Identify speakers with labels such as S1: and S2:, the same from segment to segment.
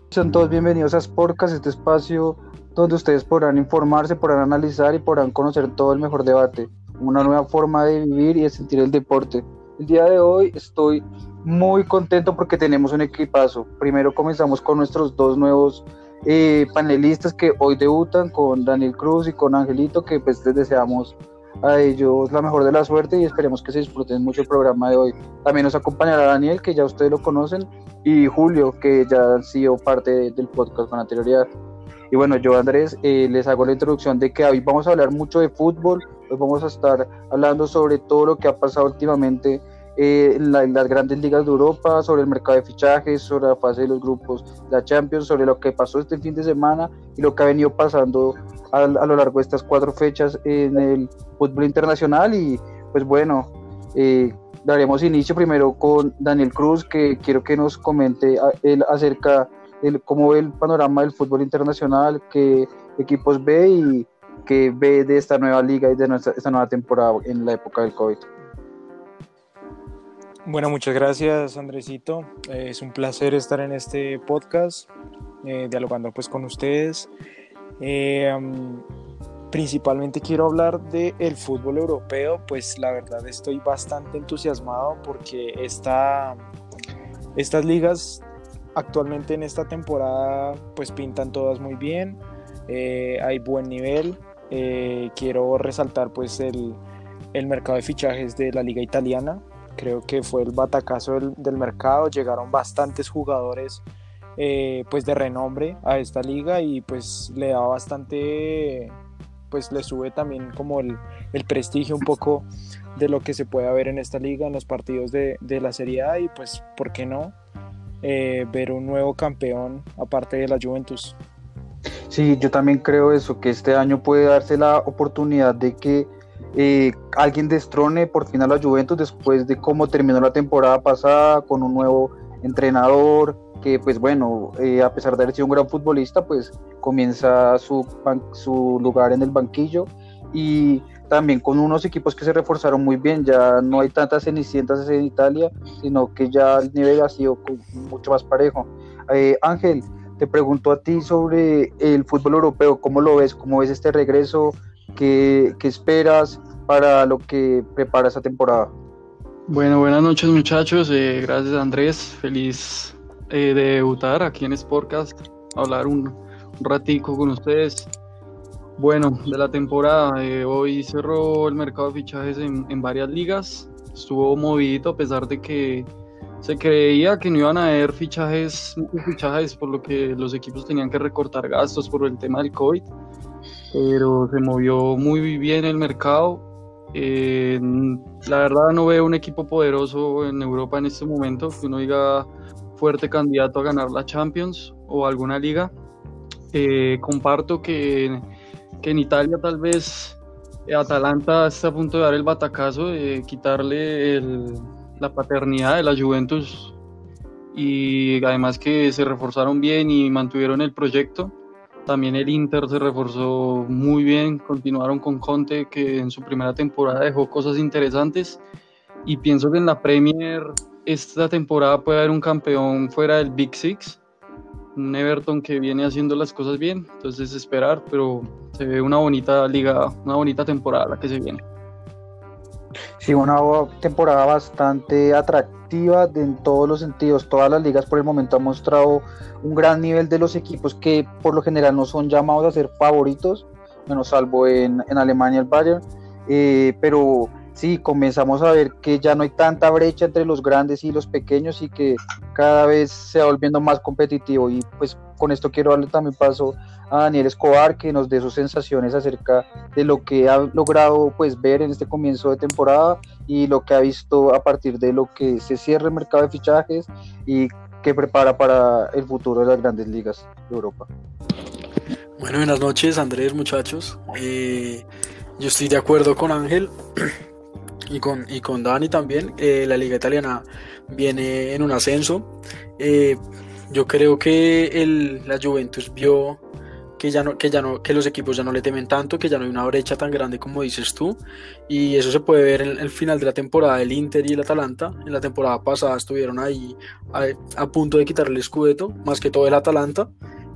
S1: Son todos bienvenidos a Sportcast, este espacio donde ustedes podrán informarse, podrán analizar y podrán conocer todo el mejor debate, una nueva forma de vivir y de sentir el deporte. El día de hoy estoy muy contento porque tenemos un equipazo. Primero comenzamos con nuestros dos nuevos panelistas que hoy debutan, con Daniel Cruz y con Angelito, que pues les deseamos a ellos la mejor de la suerte y esperemos que se disfruten mucho el programa de hoy. También nos acompañará Daniel, que ya ustedes lo conocen, y Julio, que ya han sido parte del podcast con anterioridad. Y bueno, yo Andrés, les hago la introducción de que hoy vamos a hablar mucho de fútbol, hoy vamos a estar hablando sobre todo lo que ha pasado últimamente en las grandes ligas de Europa, sobre el mercado de fichajes, sobre la fase de los grupos, la Champions, sobre lo que pasó este fin de semana y lo que ha venido pasando a lo largo de estas 4 fechas en el fútbol internacional. Y pues bueno, daremos inicio primero con Daniel Cruz, que quiero que nos comente él acerca de cómo ve el panorama del fútbol internacional, qué equipos ve y qué ve de esta nueva liga y de esta nueva temporada en la época del COVID.
S2: Bueno, muchas gracias, Andresito. Es un placer estar en este podcast, dialogando pues con ustedes. Principalmente quiero hablar del fútbol europeo, pues la verdad estoy bastante entusiasmado porque estas ligas actualmente en esta temporada pues pintan todas muy bien, hay buen nivel. Quiero resaltar pues el mercado de fichajes de la liga italiana. Creo que fue el batacazo del mercado, llegaron bastantes jugadores pues de renombre a esta liga y pues le da bastante, pues le sube también como el prestigio un poco de lo que se puede ver en esta liga, en los partidos de la Serie A, y pues ¿por qué no ver un nuevo campeón aparte de la Juventus?
S1: Sí, yo también creo eso, que este año puede darse la oportunidad de que alguien destrone por fin a la Juventus después de cómo terminó la temporada pasada con un nuevo entrenador que pues bueno, a pesar de haber sido un gran futbolista, pues comienza su lugar en el banquillo, y también con unos equipos que se reforzaron muy bien. Ya no hay tantas cenicientas en Italia, sino que ya el nivel ha sido mucho más parejo. Ángel, te pregunto a ti sobre el fútbol europeo, ¿cómo lo ves? ¿Cómo ves este regreso? ¿Qué esperas para lo que prepara esta temporada?
S3: Bueno, buenas noches muchachos, gracias Andrés, feliz de debutar aquí en Sportcast, hablar un ratico con ustedes. Bueno, de la temporada, hoy cerró el mercado de fichajes en varias ligas, estuvo movidito a pesar de que se creía que no iban a haber muchos fichajes, por lo que los equipos tenían que recortar gastos por el tema del COVID, pero se movió muy bien el mercado. La verdad no veo un equipo poderoso en Europa en este momento que uno diga fuerte candidato a ganar la Champions o alguna liga. Comparto que en Italia tal vez Atalanta está a punto de dar el batacazo, de quitarle la paternidad de la Juventus, y además que se reforzaron bien y mantuvieron el proyecto. También el Inter se reforzó muy bien, continuaron con Conte, que en su primera temporada dejó cosas interesantes, y pienso que en la Premier esta temporada puede haber un campeón fuera del Big Six, un Everton que viene haciendo las cosas bien, entonces esperar, pero se ve una bonita liga, una bonita temporada la que se viene.
S1: Sí, una temporada bastante atractiva en todos los sentidos. Todas las ligas por el momento han mostrado un gran nivel de los equipos que por lo general no son llamados a ser favoritos, menos salvo en Alemania el Bayern, pero sí, comenzamos a ver que ya no hay tanta brecha entre los grandes y los pequeños y que cada vez se va volviendo más competitivo. Y pues con esto quiero darle también paso a Daniel Escobar, que nos dé sus sensaciones acerca de lo que ha logrado pues ver en este comienzo de temporada y lo que ha visto a partir de lo que se cierra el mercado de fichajes y que prepara para el futuro de las grandes ligas de Europa.
S4: Bueno, buenas noches Andrés, muchachos. Yo estoy de acuerdo con Ángel y con Dani también. La liga italiana viene en un ascenso. Yo creo que la Juventus vio que los equipos ya no le temen tanto, que ya no hay una brecha tan grande como dices tú, y eso se puede ver en el final de la temporada del Inter y el Atalanta. En la temporada pasada estuvieron ahí a punto de quitarle el Scudetto, más que todo el Atalanta,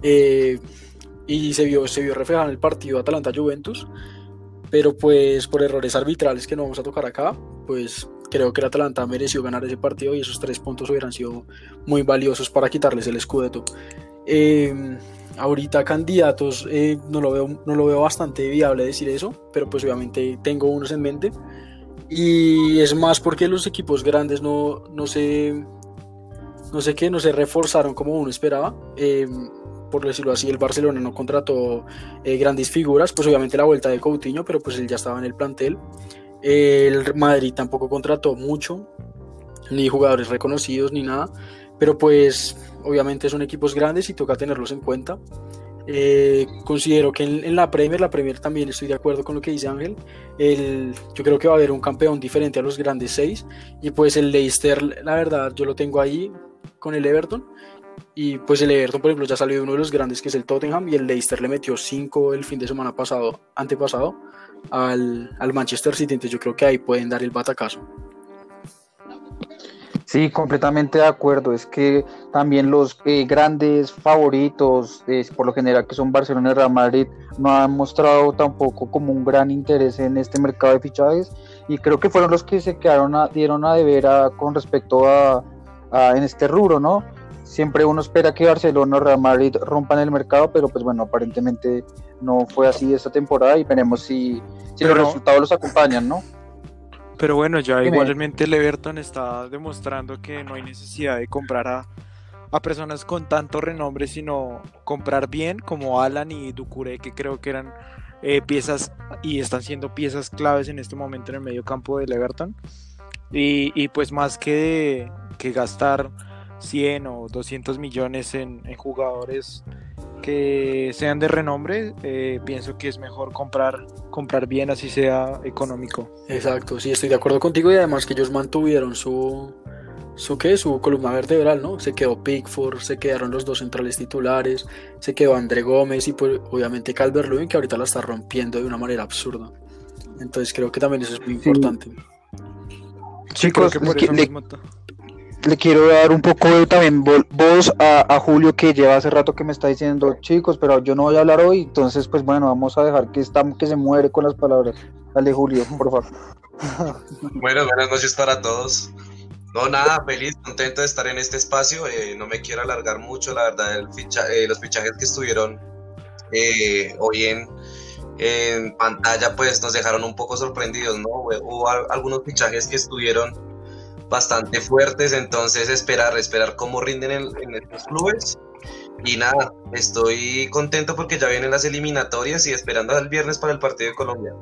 S4: y se vio reflejado en el partido Atalanta-Juventus, pero pues por errores arbitrales que no vamos a tocar acá, pues creo que el Atalanta mereció ganar ese partido y esos 3 puntos hubieran sido muy valiosos para quitarles el Scudetto. Ahorita candidatos, no lo veo bastante viable decir eso, pero pues obviamente tengo unos en mente, y es más porque los equipos grandes no se reforzaron como uno esperaba. Por decirlo así, el Barcelona no contrató grandes figuras, pues obviamente la vuelta de Coutinho, pero pues él ya estaba en el plantel. El Madrid tampoco contrató mucho, ni jugadores reconocidos ni nada, pero pues obviamente son equipos grandes y toca tenerlos en cuenta. Considero que en la Premier también estoy de acuerdo con lo que dice Ángel. Yo creo que va a haber un campeón diferente a los grandes 6, y pues el Leicester, la verdad, yo lo tengo ahí con el Everton, y pues el Everton, por ejemplo, ya salió de uno de los grandes, que es el Tottenham, y el Leicester le metió 5 el fin de semana antepasado al Manchester City, entonces yo creo que ahí pueden dar el batacazo.
S1: Sí, completamente de acuerdo. Es que también los grandes favoritos, por lo general que son Barcelona y Real Madrid, no han mostrado tampoco como un gran interés en este mercado de fichajes, y creo que fueron los que se dieron a deber con respecto a en este rubro, ¿no? Siempre uno espera que Barcelona o Real Madrid rompan el mercado, pero pues bueno, aparentemente no fue así esta temporada, y veremos si los resultados los acompañan, ¿no?
S2: Pero bueno, ya igualmente el Everton está demostrando que no hay necesidad de comprar a personas con tanto renombre, sino comprar bien, como Alan y Doucouré, que creo que eran piezas y están siendo piezas claves en este momento en el medio campo del Everton. Y pues más que gastar 100 o 200 millones en jugadores que sean de renombre, pienso que es mejor comprar bien, así sea económico.
S4: Exacto, sí, estoy de acuerdo contigo, y además que ellos mantuvieron su columna vertebral, ¿no? Se quedó Pickford, se quedaron los 2 centrales titulares, se quedó André Gómez, y pues obviamente Calvert-Lewin, que ahorita la está rompiendo de una manera absurda. Entonces creo que también eso es muy importante.
S1: Chicos, le quiero dar un poco de también voz a Julio, que lleva hace rato que me está diciendo, chicos, pero yo no voy a hablar hoy, entonces pues bueno, vamos a dejar que se muere con las palabras. Dale, Julio, por favor.
S5: Bueno, buenas noches para todos. No, nada, feliz, contento de estar en este espacio. No me quiero alargar mucho, la verdad, los fichajes que estuvieron hoy en pantalla pues nos dejaron un poco sorprendidos, ¿no? Hubo algunos fichajes que estuvieron bastante fuertes, entonces esperar cómo rinden en estos clubes. Y nada, estoy contento porque ya vienen las eliminatorias y esperando al viernes para el partido de Colombia.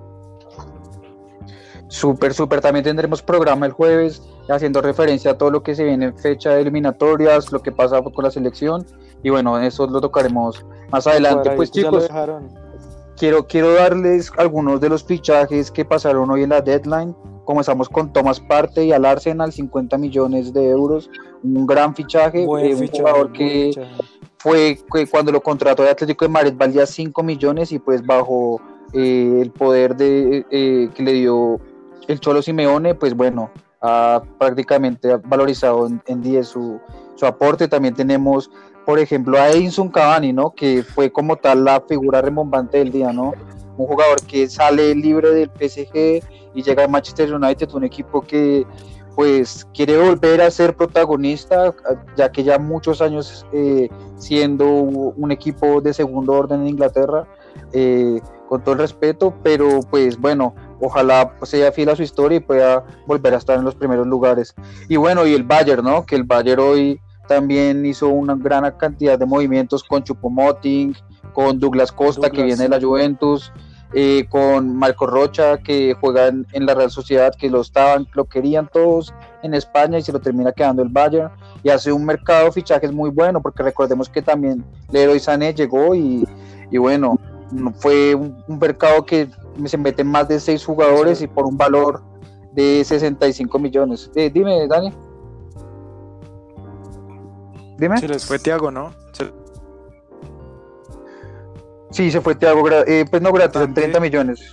S1: Súper, también tendremos programa el jueves haciendo referencia a todo lo que se viene en fecha de eliminatorias, lo que pasa con la selección, y bueno, eso lo tocaremos más adelante. Pues chicos, quiero darles algunos de los fichajes que pasaron hoy en la deadline. Comenzamos con Thomas Partey al Arsenal, 50 millones de euros, un gran fichaje, un jugador que fue cuando lo contrató de Atlético de Madrid valía 5 millones, y pues bajo el poder que le dio el Cholo Simeone, pues bueno, ha prácticamente valorizado en 10 su aporte. También tenemos, por ejemplo, a Edinson Cavani, ¿no? Que fue como tal la figura remontante del día, ¿no? Un jugador que sale libre del PSG y llega a Manchester United, un equipo que pues quiere volver a ser protagonista, ya que ya muchos años siendo un equipo de segundo orden en Inglaterra, con todo el respeto, pero pues bueno, ojalá sea fiel a su historia y pueda volver a estar en los primeros lugares. Y bueno, y el Bayern, ¿no? Que el Bayern hoy también hizo una gran cantidad de movimientos con Choupo-Moting, con Douglas Costa, que viene de la Juventus, con Marco Rocha, que juega en la Real Sociedad, que lo querían todos en España y se lo termina quedando el Bayern, y hace un mercado de fichajes muy bueno, porque recordemos que también Leroy Sané llegó y bueno, fue un mercado que se meten más de 6 jugadores y por un valor de 65 millones. Dime, Dani. Dime.
S2: Se les fue Thiago, ¿no?
S1: Sí, se fue Thiago, pues no gratis, en 30 millones.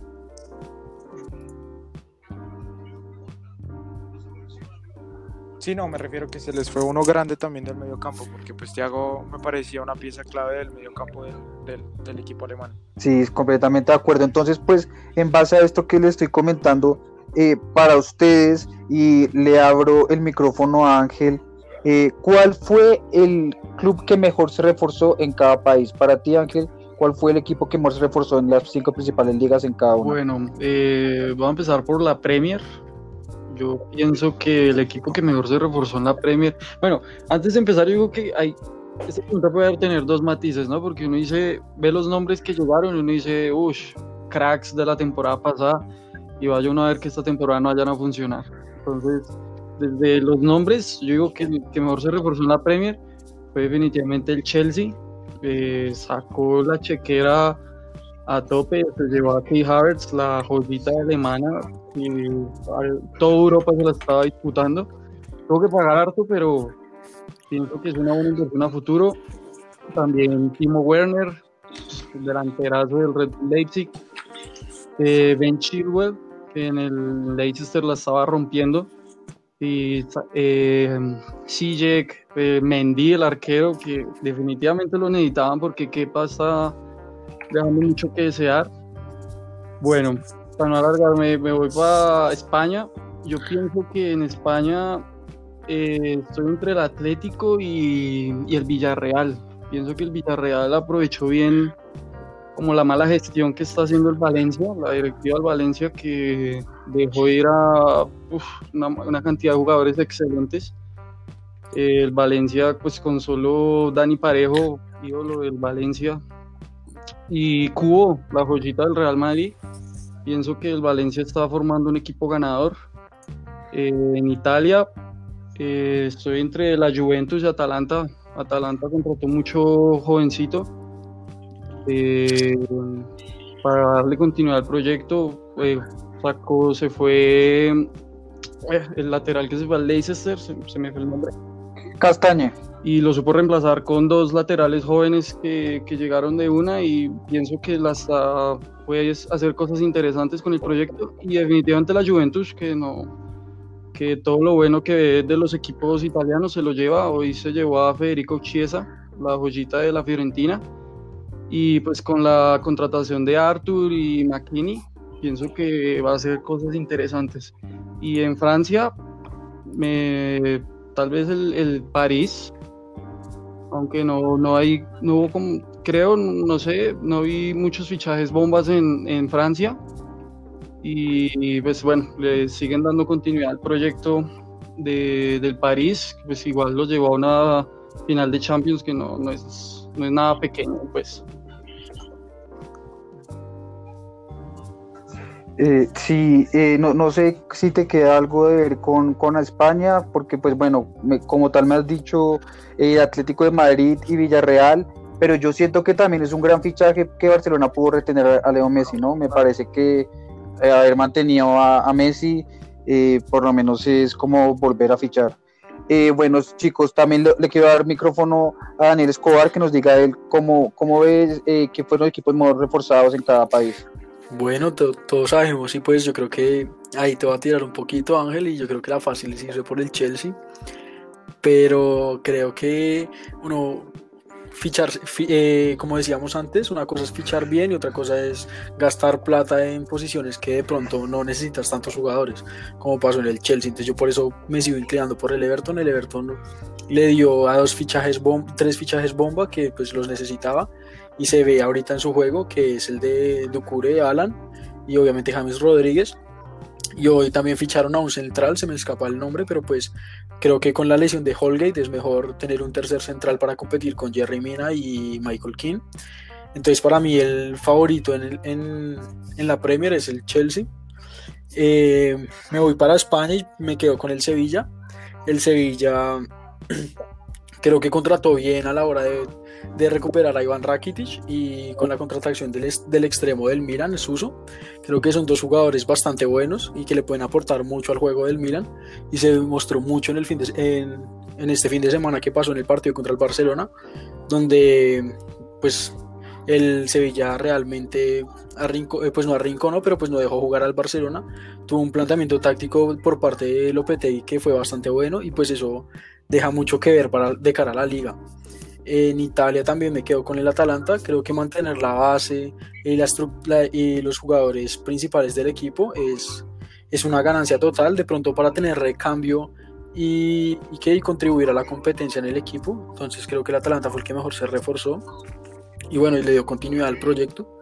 S2: Sí, no, me refiero que se les fue uno grande también del mediocampo, porque pues Thiago me parecía una pieza clave del mediocampo del equipo alemán.
S1: Sí, completamente de acuerdo. Entonces, pues, en base a esto que le estoy comentando, para ustedes, y le abro el micrófono a Ángel, ¿cuál fue el club que mejor se reforzó en cada país? Para ti, Ángel, ¿cuál fue el equipo que mejor se reforzó en las 5 principales ligas en cada una?
S3: Bueno, vamos a empezar por la Premier. Yo pienso que el equipo que mejor se reforzó en la Premier. Bueno, antes de empezar, yo digo que esta pregunta puede tener dos matices, ¿no? Porque uno ve los nombres que llegaron y uno dice, cracks de la temporada pasada, y vaya uno a ver que esta temporada no vayan a funcionar. Entonces, desde los nombres, yo digo que el que mejor se reforzó en la Premier fue definitivamente el Chelsea. Sacó la chequera a tope, se llevó a Kai Havertz, la joyita alemana, y toda Europa se la estaba disputando. Tengo que pagar harto, pero pienso que es una buena inversión a futuro. También Timo Werner, el delanterazo del Red Bull Leipzig. Ben Chilwell, que en el Leicester la estaba rompiendo. Y Ziyech, Mendy, el arquero, que definitivamente lo necesitaban porque Kepa está dejando mucho que desear. Bueno, para no alargarme, me voy para España. Yo pienso que en España estoy entre el Atlético y el Villarreal. Pienso que el Villarreal aprovechó bien como la mala gestión que está haciendo el Valencia, la directiva del Valencia, que dejó ir a una cantidad de jugadores excelentes. El Valencia, pues con solo Dani Parejo, ídolo del Valencia, y Cubo, la joyita del Real Madrid, pienso que el Valencia está formando un equipo ganador. En Italia estoy entre la Juventus y Atalanta. Atalanta contrató mucho jovencito para darle continuidad al proyecto. Se fue el lateral que se fue al Leicester, se me fue el nombre.
S1: Castañe.
S3: Y lo supo reemplazar con dos laterales jóvenes que llegaron de una, y pienso que puedes hacer cosas interesantes con el proyecto. Y definitivamente la Juventus, que todo lo bueno que ve de los equipos italianos se lo lleva. Hoy se llevó a Federico Chiesa, la joyita de la Fiorentina, y pues con la contratación de Arthur y McKennie pienso que va a hacer cosas interesantes. Y en Francia tal vez el París, aunque no hubo como, creo, no sé, no vi muchos fichajes bombas en Francia, y pues bueno, le siguen dando continuidad al proyecto del París, pues igual lo llevó a una final de Champions que no es nada pequeño, pues.
S1: Sí, no sé si te queda algo de ver con España, porque pues bueno, como tal me has dicho Atlético de Madrid y Villarreal, pero yo siento que también es un gran fichaje que Barcelona pudo retener a Leo Messi, ¿no? Me parece que haber mantenido a Messi por lo menos es como volver a fichar. Bueno, chicos, también le quiero dar micrófono a Daniel Escobar, que nos diga él cómo ves que fueron los equipos más reforzados en cada país.
S4: Bueno, todos sabemos, y pues yo creo que ahí te va a tirar un poquito, Ángel, y yo creo que la fácil sí fue por el Chelsea, pero creo que fichar, como decíamos antes, una cosa es fichar bien y otra cosa es gastar plata en posiciones que de pronto no necesitas tantos jugadores, como pasó en el Chelsea. Entonces yo por eso me sigo inclinando por el Everton. El Everton le dio a 3 fichajes bomba que pues los necesitaba, y se ve ahorita en su juego, que es el de Doucouré, Alan, y obviamente James Rodríguez. Y hoy también ficharon a un central, se me escapa el nombre, pero pues creo que con la lesión de Holgate es mejor tener un tercer central para competir con Yerry Mina y Michael Keane. Entonces para mí el favorito en la Premier es el Chelsea. Me voy para España y me quedo con el Sevilla. El Sevilla creo que contrató bien a la hora de recuperar a Ivan Rakitic, y con la contratación del extremo del Milan, Suso. Creo que son dos jugadores bastante buenos y que le pueden aportar mucho al juego del Milan, y se demostró mucho en este fin de semana que pasó en el partido contra el Barcelona, donde pues el Sevilla realmente pues no arrinconó, pero pues no dejó jugar al Barcelona. Tuvo un planteamiento táctico por parte de Lopetegui que fue bastante bueno y pues eso deja mucho que ver de cara a la liga. En Italia también me quedo con el Atalanta. Creo que mantener la base y los jugadores principales del equipo es una ganancia total, de pronto para tener recambio y contribuir a la competencia en el equipo. Entonces creo que el Atalanta fue el que mejor se reforzó y bueno, y le dio continuidad al proyecto.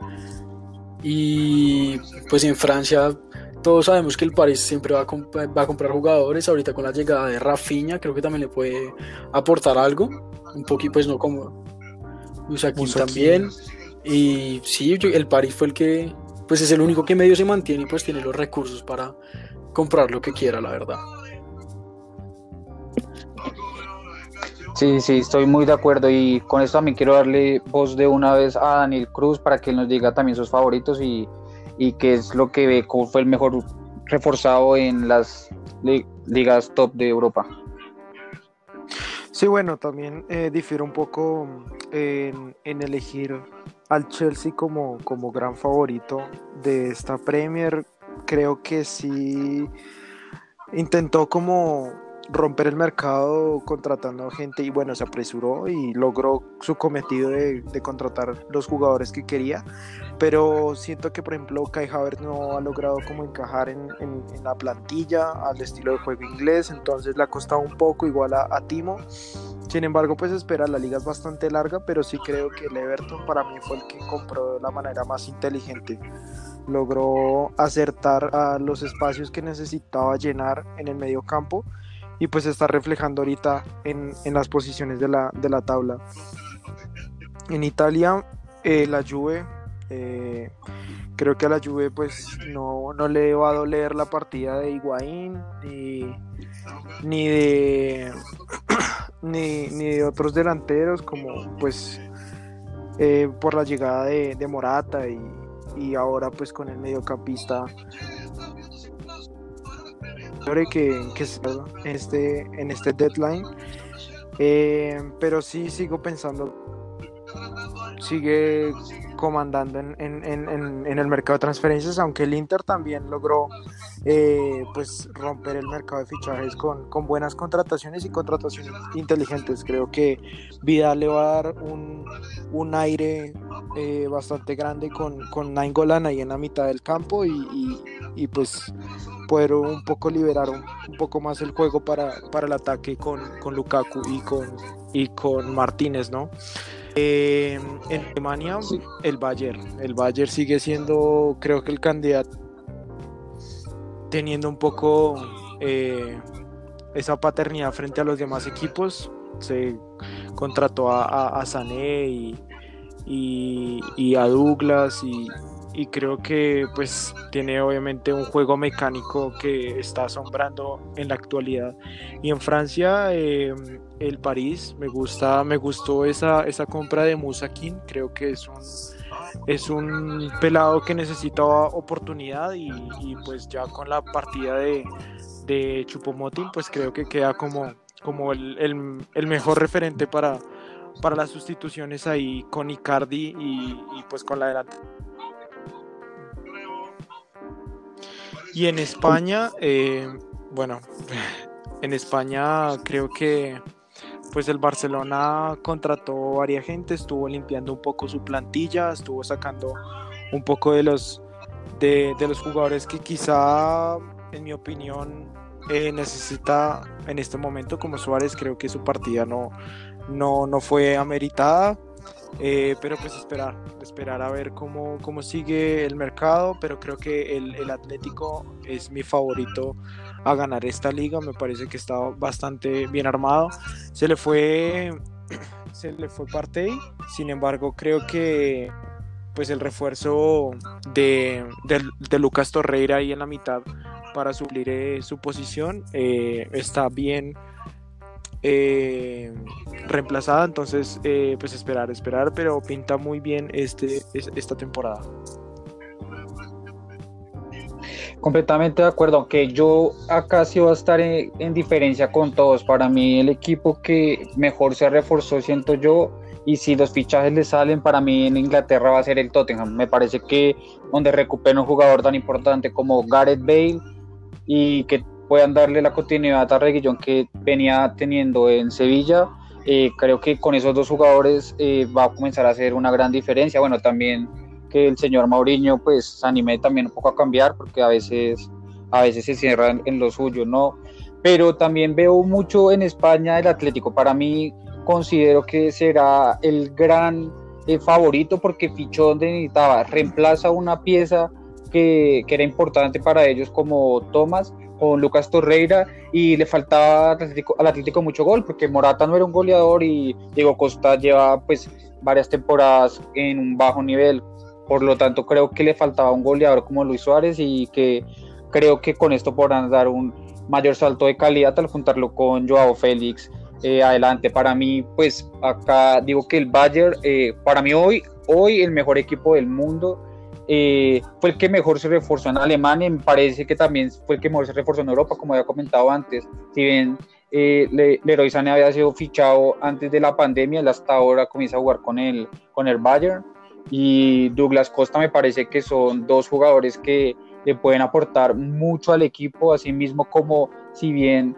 S4: Y pues en Francia todos sabemos que el París siempre va a comprar jugadores. Ahorita con la llegada de Rafinha creo que también le puede aportar algo, un poquito, pues no como Usaquín también. Y sí, el París fue el que pues es el único que medio se mantiene y pues tiene los recursos para comprar lo que quiera, la verdad.
S1: Sí, estoy muy de acuerdo y con esto también quiero darle voz de una vez a Daniel Cruz para que él nos diga también sus favoritos y qué es lo que ve, cómo fue el mejor reforzado en las ligas top de Europa.
S2: Sí, bueno, también difiero un poco en elegir al Chelsea como gran favorito de esta Premier. Creo que sí intentó como romper el mercado contratando gente y bueno, se apresuró y logró su cometido de contratar los jugadores que quería, pero siento que por ejemplo Kai Havertz no ha logrado como encajar en la plantilla al estilo de juego inglés, entonces le ha costado un poco, igual a Timo. Sin embargo, pues espera, la liga es bastante larga, pero sí creo que el Everton para mí fue el que compró de la manera más inteligente. Logró acertar a los espacios que necesitaba llenar en el medio campo y pues está reflejando ahorita en las posiciones de la tabla. En Italia, la Juve, creo que a la Juve pues no le va a doler la partida de Higuaín ni de otros delanteros, como pues por la llegada de Morata y ahora pues con el mediocampista que en este deadline, pero sí sigo pensando, sigue comandando en el mercado de transferencias, aunque el Inter también logró pues romper el mercado de fichajes con buenas contrataciones y contrataciones inteligentes. Creo que Vidal le va a dar un aire bastante grande con Nainggolan ahí en la mitad del campo y pues poder un poco liberar un poco más el juego para el ataque con Lukaku y con Martínez, ¿no? En Alemania, sí. El Bayern sigue siendo, creo que el candidato, teniendo un poco esa paternidad frente a los demás equipos. Se contrató a Sané y a Douglas y creo que pues tiene obviamente un juego mecánico que está asombrando en la actualidad. Y en Francia, el París, me gustó esa compra de Musakin. Creo que es un pelado que necesitaba oportunidad y pues ya con la partida de Choupo-Moting pues creo que queda como el mejor referente para las sustituciones ahí con Icardi y pues con la delantera. Y en España, bueno, en España creo que pues el Barcelona contrató varias gente, estuvo limpiando un poco su plantilla, estuvo sacando un poco de los jugadores que quizá, en mi opinión, necesita en este momento, como Suárez. Creo que su partida no fue ameritada. Pero pues esperar a ver cómo sigue el mercado, pero creo que el Atlético es mi favorito a ganar esta liga. Me parece que está bastante bien armado. Se le fue Partey, sin embargo creo que pues el refuerzo de Lucas Torreira ahí en la mitad para suplir su posición está bien reemplazada, entonces pues esperar, pero pinta muy bien esta temporada.
S1: Completamente de acuerdo, aunque yo acá sí voy a estar en diferencia con todos. Para mí el equipo que mejor se reforzó, siento yo, y si los fichajes le salen, para mí en Inglaterra va a ser el Tottenham. Me parece que donde recupera un jugador tan importante como Gareth Bale y que puedan darle la continuidad a Reguilón que venía teniendo en Sevilla, creo que con esos dos jugadores va a comenzar a hacer una gran diferencia. Bueno, también que el señor Mourinho pues se anime también un poco a cambiar, porque a veces se cierra en lo suyo, ¿no? Pero también veo mucho en España el Atlético. Para mí considero que será el gran favorito, porque fichó donde necesitaba, reemplaza una pieza que era importante para ellos como Thomas, con Lucas Torreira, y le faltaba al Atlético mucho gol, porque Morata no era un goleador y Diego Costa lleva pues varias temporadas en un bajo nivel. Por lo tanto, creo que le faltaba un goleador como Luis Suárez, y que creo que con esto podrán dar un mayor salto de calidad al juntarlo con Joao Félix adelante. Para mí, pues acá digo que el Bayern, para mí hoy el mejor equipo del mundo, fue el que mejor se reforzó en Alemania, y me parece que también fue el que mejor se reforzó en Europa, como había comentado antes. Si bien Leroy Sané había sido fichado antes de la pandemia, él hasta ahora comienza a jugar con el Bayern, y Douglas Costa me parece que son dos jugadores que le pueden aportar mucho al equipo, así mismo como si bien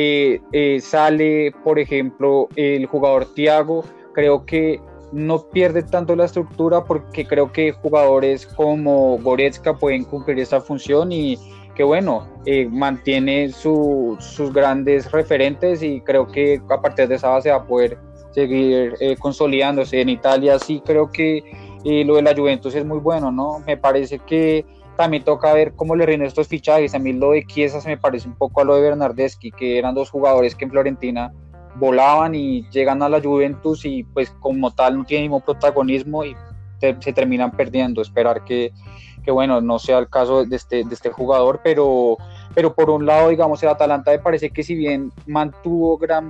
S1: sale, por ejemplo, el jugador Thiago, creo que no pierde tanto la estructura, porque creo que jugadores como Goretzka pueden cumplir esta función, y que bueno, mantiene sus grandes referentes, y creo que a partir de esa base va a poder seguir consolidándose. En Italia sí creo que lo de la Juventus es muy bueno, ¿no? Me parece que también toca ver cómo le rinden estos fichajes. A mí lo de Chiesa se me parece un poco a lo de Bernardeschi, que eran dos jugadores que en Fiorentina volaban y llegan a la Juventus y pues como tal no tienen el mismo protagonismo y se terminan perdiendo. Esperar que bueno, no sea el caso de este jugador, pero por un lado, digamos, el Atalanta me parece que si bien mantuvo gran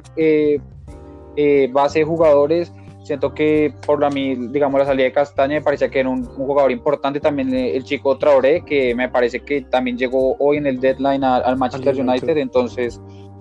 S1: base de jugadores, siento que por la salida de Castaña me parecía que era un jugador importante. También el chico Traoré, que me parece que también llegó hoy en el deadline al Manchester United. Entonces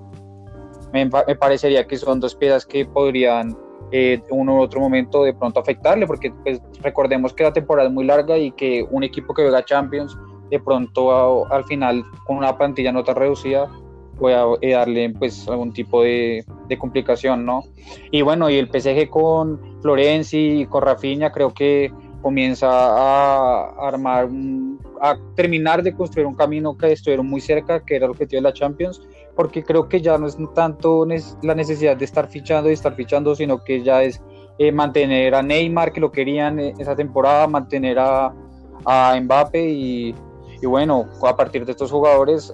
S1: me parecería que son dos piezas que podrían uno u otro momento de pronto afectarle, porque pues, recordemos que la temporada es muy larga y que un equipo que juega Champions de pronto al final con una plantilla no tan reducida pueda darle pues algún tipo de complicación, ¿no? Y bueno, y el PSG con Florenzi y con Rafinha creo que comienza a armar a terminar de construir un camino que estuvieron muy cerca, que era el objetivo de la Champions, porque creo que ya no es tanto la necesidad de estar fichando, sino que ya es mantener a Neymar, que lo querían esa temporada, mantener a Mbappé y bueno, a partir de estos jugadores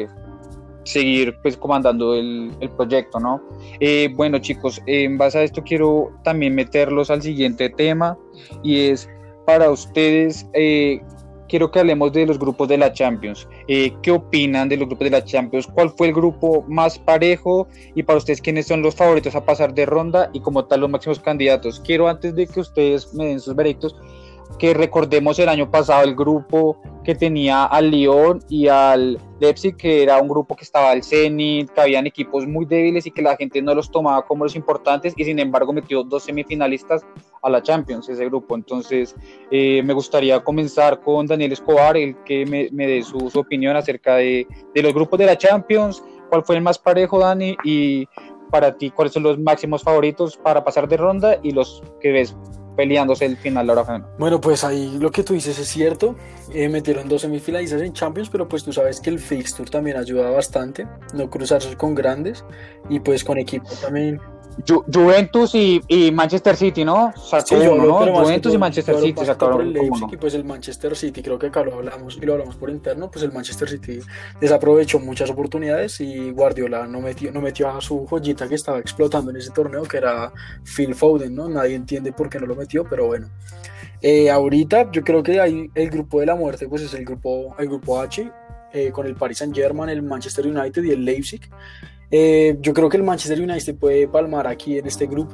S1: seguir pues comandando el proyecto, ¿no? Bueno, chicos, en base a esto quiero también meterlos al siguiente tema, y es para ustedes, quiero que hablemos de los grupos de la Champions. ¿Qué opinan de los grupos de la Champions? ¿Cuál fue el grupo más parejo? Y para ustedes, ¿quiénes son los favoritos a pasar de ronda y como tal los máximos candidatos? Quiero, antes de que ustedes me den sus veredictos, que recordemos el año pasado el grupo que tenía al Lyon y al Leipzig, que era un grupo que estaba al Zenit, que habían equipos muy débiles y que la gente no los tomaba como los importantes, y sin embargo metió 2 semifinalistas a la Champions, ese grupo. Entonces me gustaría comenzar con Daniel Escobar, el que me dé su opinión acerca de los grupos de la Champions. ¿Cuál fue el más parejo, Dani? Y para ti, ¿cuáles son los máximos favoritos para pasar de ronda y los que ves peleándose el final ahora final?
S4: Bueno, pues ahí lo que tú dices es cierto, metieron 2 semifinalistas en Champions, pero pues tú sabes que el fixture también ayuda bastante, no cruzarse con grandes, y pues con equipo también.
S1: Juventus y Manchester City, ¿no? Sacó
S4: Sí,
S1: uno, ¿no? Juventus y Manchester City sacaron
S4: el Leipzig, y pues el Manchester City, creo que acá lo hablamos por interno, pues el Manchester City desaprovechó muchas oportunidades y Guardiola no metió a su joyita que estaba explotando en ese torneo, que era Phil Foden, ¿no? Nadie entiende por qué no lo metió, pero bueno. Ahorita yo creo que hay el grupo de la muerte, pues es el grupo H, con el Paris Saint-Germain, el Manchester United y el Leipzig. Yo creo que el Manchester United puede palmar aquí en este grupo,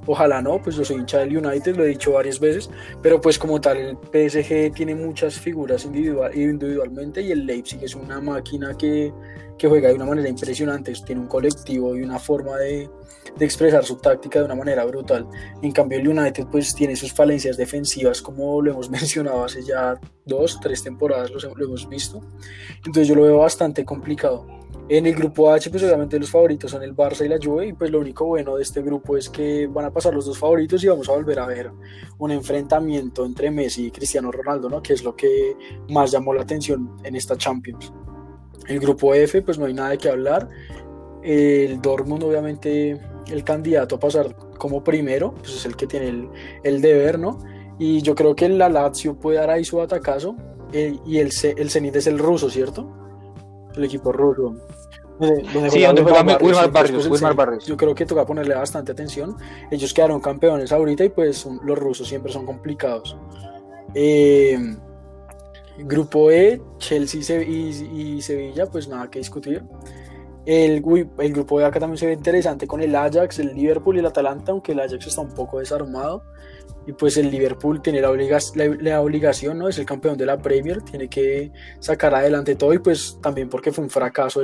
S4: Ojalá no, pues yo soy hincha del United, lo he dicho varias veces, pero pues como tal el PSG tiene muchas figuras individualmente y el Leipzig es una máquina que juega de una manera impresionante, tiene un colectivo y una forma de expresar su táctica de una manera brutal. En cambio el United pues tiene sus falencias defensivas, como lo hemos mencionado hace ya 2-3 temporadas, lo hemos visto, entonces yo lo veo bastante complicado. En el grupo H, pues obviamente los favoritos son el Barça y la Juve, y pues lo único bueno de este grupo es que van a pasar los dos favoritos y vamos a volver a ver un enfrentamiento entre Messi y Cristiano Ronaldo, ¿no? Que es lo que más llamó la atención en esta Champions. El grupo F, pues no hay nada de qué hablar. El Dortmund, obviamente, el candidato a pasar como primero, pues es el que tiene el deber, ¿no? Y yo creo que la Lazio puede dar ahí su atacazo, y el Zenit es el ruso, ¿cierto? El equipo ruso.
S1: Sí, donde juega Wilmar Barrios.
S4: Yo creo que toca ponerle bastante atención. Ellos quedaron campeones ahorita y pues los rusos siempre son complicados. Grupo E, Chelsea y Sevilla, pues nada que discutir. El grupo E acá también se ve interesante con el Ajax, el Liverpool y el Atalanta, aunque el Ajax está un poco desarmado. Y pues el Liverpool tiene la obligación, ¿no? Es el campeón de la Premier, tiene que sacar adelante todo, y pues también porque fue un fracaso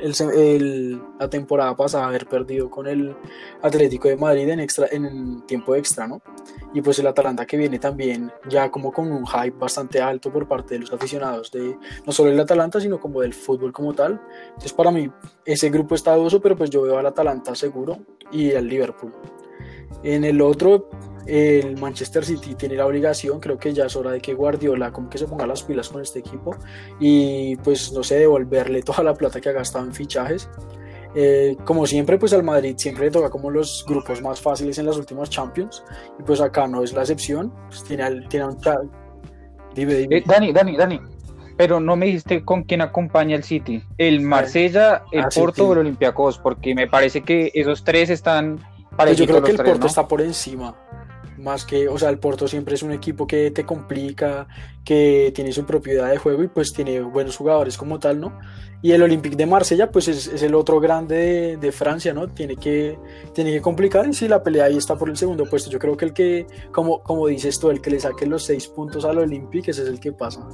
S4: la temporada pasada haber perdido con el Atlético de Madrid en tiempo extra, ¿no? Y pues el Atalanta que viene también ya como con un hype bastante alto por parte de los aficionados de no solo el Atalanta, sino como del fútbol como tal. Entonces para mí ese grupo está dudoso, pero pues yo veo al Atalanta seguro y al Liverpool. En el otro, el Manchester City tiene la obligación, creo que ya es hora de que Guardiola como que se ponga las pilas con este equipo y pues no sé, devolverle toda la plata que ha gastado en fichajes. Como siempre, pues al Madrid siempre le toca como los grupos más fáciles en las últimas Champions, y pues acá no es la excepción, pues tiene un... Dime.
S1: Dani, pero no me dijiste con quién acompaña el City, el Marsella, el Porto o el Olympiacos, porque me parece que esos tres están...
S4: Pues yo creo que el Porto, ¿no?, está por encima, más que, o sea, el Porto siempre es un equipo que te complica, que tiene su propiedad de juego y pues tiene buenos jugadores como tal, ¿no? Y el Olympique de Marsella pues es el otro grande de Francia, ¿no? Tiene que complicar, y si la pelea ahí está por el segundo puesto, yo creo que el que, como dices tú, el que le saque los 6 puntos al Olympique, ese es el que pasa.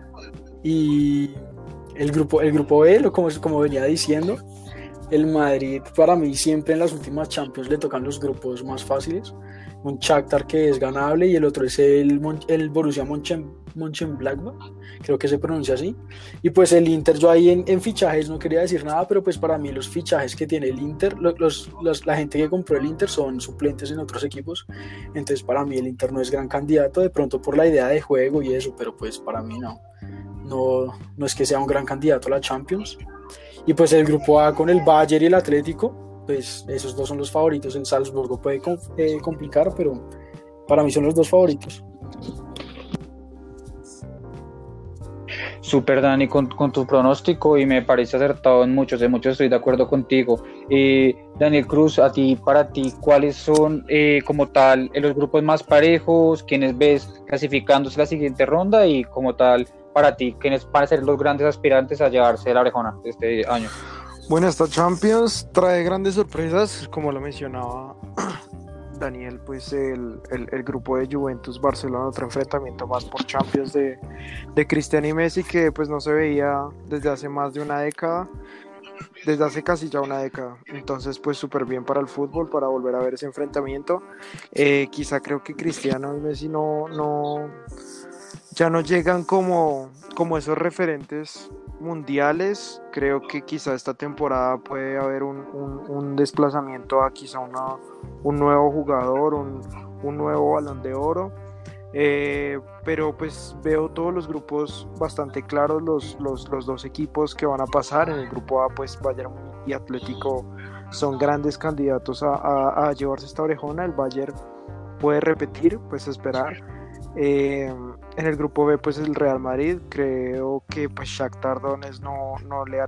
S4: Y el grupo B, como venía diciendo, el Madrid para mí siempre en las últimas Champions le tocan los grupos más fáciles, un Shakhtar que es ganable y el otro es el Borussia Mönchengladbach, creo que se pronuncia así, y pues el Inter, yo ahí en fichajes no quería decir nada, pero pues para mí los fichajes que tiene el Inter, la gente que compró el Inter son suplentes en otros equipos, entonces para mí el Inter no es gran candidato, de pronto por la idea de juego y eso, pero pues para mí no es que sea un gran candidato a la Champions. Y pues el grupo A con el Bayern y el Atlético, pues esos dos son los favoritos. El Salzburgo puede complicar, pero para mí son los dos favoritos.
S1: Súper, Dani, con tu pronóstico, y me parece acertado en muchos estoy de acuerdo contigo. Daniel Cruz, para ti, ¿cuáles son como tal los grupos más parejos? ¿Quiénes ves clasificándose la siguiente ronda? Y como tal, para ti, ¿quiénes van a ser los grandes aspirantes a llevarse la orejona este año?
S2: Bueno, esta Champions trae grandes sorpresas, como lo mencionaba Daniel, pues el grupo de Juventus-Barcelona, otro enfrentamiento más por Champions de Cristiano y Messi, que pues no se veía desde hace más de una década, desde hace casi ya una década. Entonces pues súper bien para el fútbol, para volver a ver ese enfrentamiento. Quizá creo que Cristiano y Messi ya no llegan como esos referentes mundiales. Creo que quizá esta temporada puede haber un desplazamiento a quizá un nuevo jugador, un nuevo Balón de Oro, pero pues veo todos los grupos bastante claros, los dos equipos que van a pasar. En el grupo A pues Bayern y Atlético son grandes candidatos a llevarse esta orejona. El Bayern puede repetir, pues esperar. En el grupo B pues el Real Madrid, creo que pues Shakhtar Donetsk no le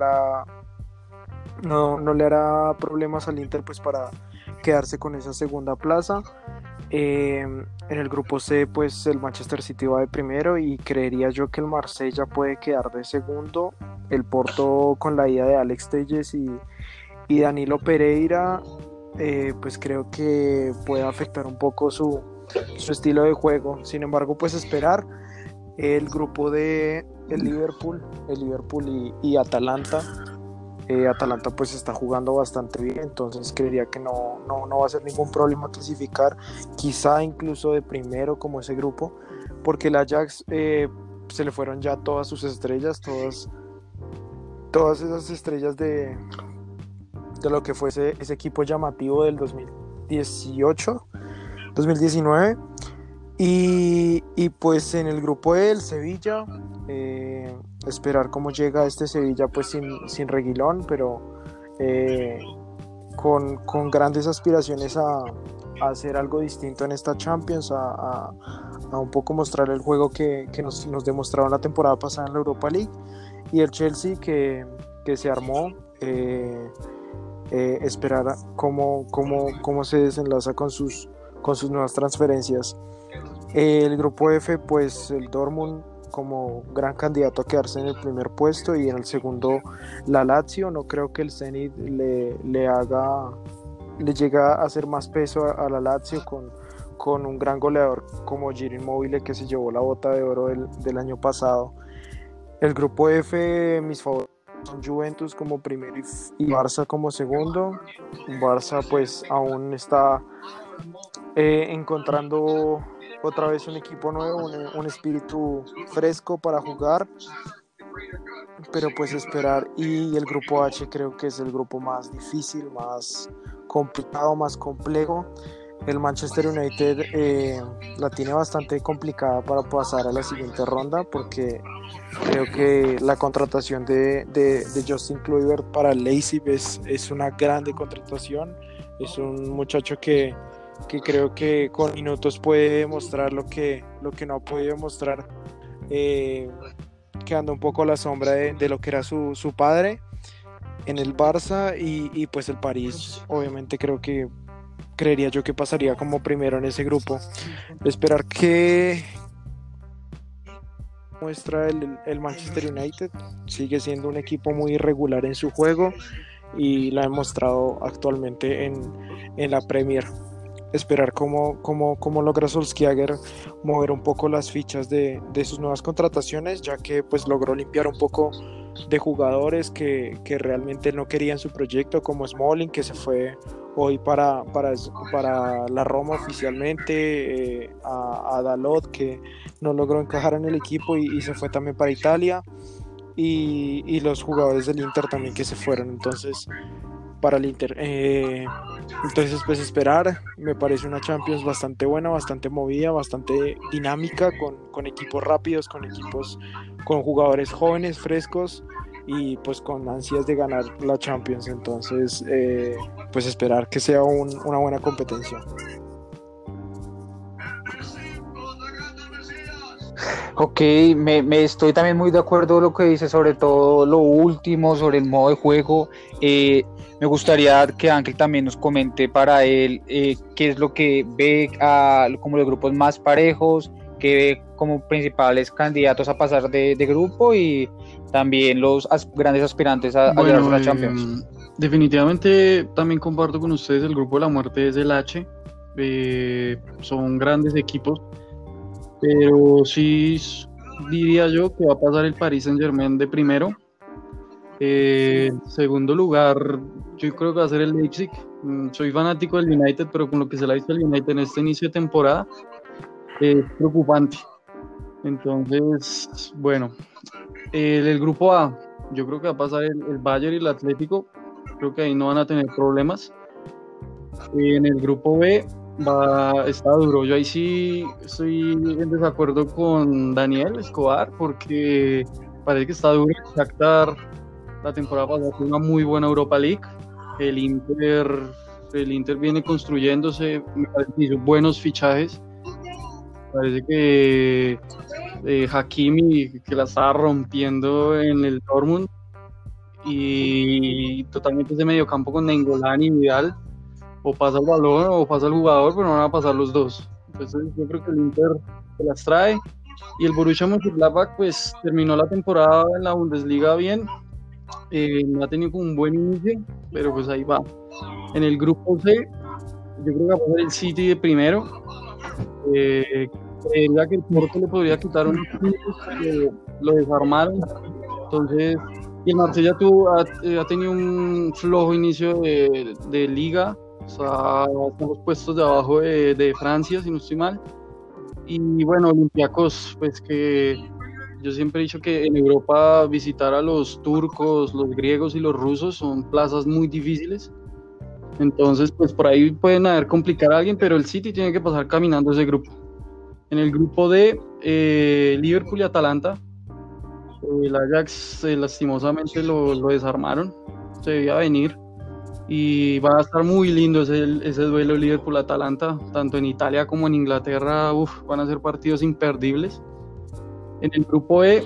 S2: hará problemas al Inter pues para quedarse con esa segunda plaza. En el grupo C pues el Manchester City va de primero, y creería yo que el Marsella puede quedar de segundo. El Porto, con la ida de Alex Telles y Danilo Pereira, pues creo que puede afectar un poco su estilo de juego. Sin embargo, pues esperar el grupo de el Liverpool y Atalanta. Atalanta pues está jugando bastante bien, entonces creería que no va a ser ningún problema clasificar, quizá incluso de primero como ese grupo, porque el Ajax se le fueron ya todas sus estrellas, todas esas estrellas de lo que fue ese equipo llamativo del 2019, y pues en el grupo del Sevilla, esperar cómo llega este Sevilla pues sin Reguilón, pero con grandes aspiraciones a hacer algo distinto en esta Champions, a un poco mostrar el juego que nos demostraron la temporada pasada en la Europa League, y el Chelsea que se armó, esperar cómo se desenlaza con sus nuevas transferencias. El grupo F, pues el Dortmund como gran candidato a quedarse en el primer puesto, y en el segundo la Lazio. No creo que el Zenit le llega a hacer más peso a la Lazio con un gran goleador como Giro Immobile, que se llevó la bota de oro del año pasado. El grupo F, mis favoritos son Juventus como primero y Barça como segundo. Barça pues aún está encontrando otra vez un equipo nuevo, un espíritu fresco para jugar, pero pues esperar. Y el grupo H creo que es el grupo más difícil, más complicado, más complejo. El Manchester United la tiene bastante complicada para pasar a la siguiente ronda, porque creo que la contratación de Justin Kluivert para el Leipzig es una grande contratación. Es un muchacho que creo que con minutos puede demostrar lo que no ha podido demostrar, quedando un poco a la sombra de lo que era su padre en el Barça. Y pues el París, obviamente creería yo que pasaría como primero en ese grupo. Esperar que muestra el Manchester United. Sigue siendo un equipo muy irregular en su juego, y lo ha demostrado actualmente en la Premier. Esperar cómo logra Solskjaer mover un poco las fichas de sus nuevas contrataciones, ya que pues logró limpiar un poco de jugadores que realmente no querían su proyecto, como Smalling, que se fue hoy para la Roma oficialmente, a Dalot, que no logró encajar en el equipo y se fue también para Italia, y los jugadores del Inter también que se fueron entonces para el Inter. Entonces pues esperar. Me parece una Champions bastante buena, bastante movida, bastante dinámica, con equipos rápidos, con jugadores jóvenes, frescos, y pues con ansias de ganar la Champions. Entonces pues esperar que sea una buena competencia.
S1: Ok, me estoy también muy de acuerdo con lo que dice, sobre todo lo último, sobre el modo de juego. Me gustaría que Ángel también nos comente para él qué es lo que ve como los grupos más parejos, que ve como principales candidatos a pasar de grupo, y también los grandes aspirantes a llevarse a la Champions.
S3: Definitivamente también comparto con ustedes, el grupo de la muerte es el H. Son grandes equipos, pero sí diría yo que va a pasar el Paris Saint-Germain de primero. Segundo lugar, yo creo que va a ser el Leipzig. Soy fanático del United, pero con lo que se le ha visto al United en este inicio de temporada es preocupante. Entonces, bueno, el grupo A, yo creo que va a pasar el Bayern y el Atlético. Creo que ahí no van a tener problemas. En el grupo B está duro. Yo ahí sí estoy en desacuerdo con Daniel Escobar, porque parece que está duro. Shakhtar la temporada pasada fue una muy buena Europa League. El Inter viene construyéndose, me parece que hizo buenos fichajes. Parece que Hakimi, que la estaba rompiendo en el Dortmund, y totalmente ese mediocampo con Nainggolan y Vidal, o pasa el balón o pasa el jugador, pero no van a pasar los dos. Entonces yo creo que el Inter se las trae, y el Borussia Mönchengladbach pues terminó la temporada en la Bundesliga bien, no ha tenido como un buen inicio, pero pues ahí va. En el grupo C yo creo que va a pasar el City de primero. Creería que el Porto le podría quitar unos puntos, pero lo desarmaron. Entonces, y el Marsella ha tenido un flojo inicio de liga. O sea, están los puestos de abajo de Francia, si no estoy mal. Y bueno, Olympiacos, pues que yo siempre he dicho que en Europa visitar a los turcos, los griegos y los rusos son plazas muy difíciles. Entonces, pues por ahí pueden haber complicar a alguien, pero el City tiene que pasar caminando ese grupo. En el grupo de Liverpool y Atalanta, el Ajax lastimosamente lo desarmaron, se debía venir. Y va a estar muy lindo ese duelo Liverpool-Atalanta, tanto en Italia como en Inglaterra. Van a ser partidos imperdibles. En el grupo E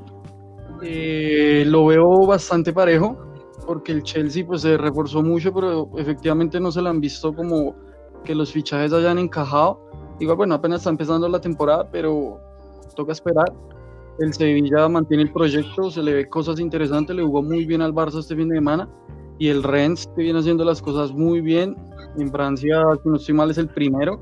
S3: lo veo bastante parejo, porque el Chelsea pues se reforzó mucho, pero efectivamente no se lo han visto como que los fichajes hayan encajado. Igual, bueno, apenas está empezando la temporada, pero toca esperar. El Sevilla mantiene el proyecto, se le ve cosas interesantes, le jugó muy bien al Barça este fin de semana. Y el Rennes, que viene haciendo las cosas muy bien. En Francia, si no estoy mal, es el primero.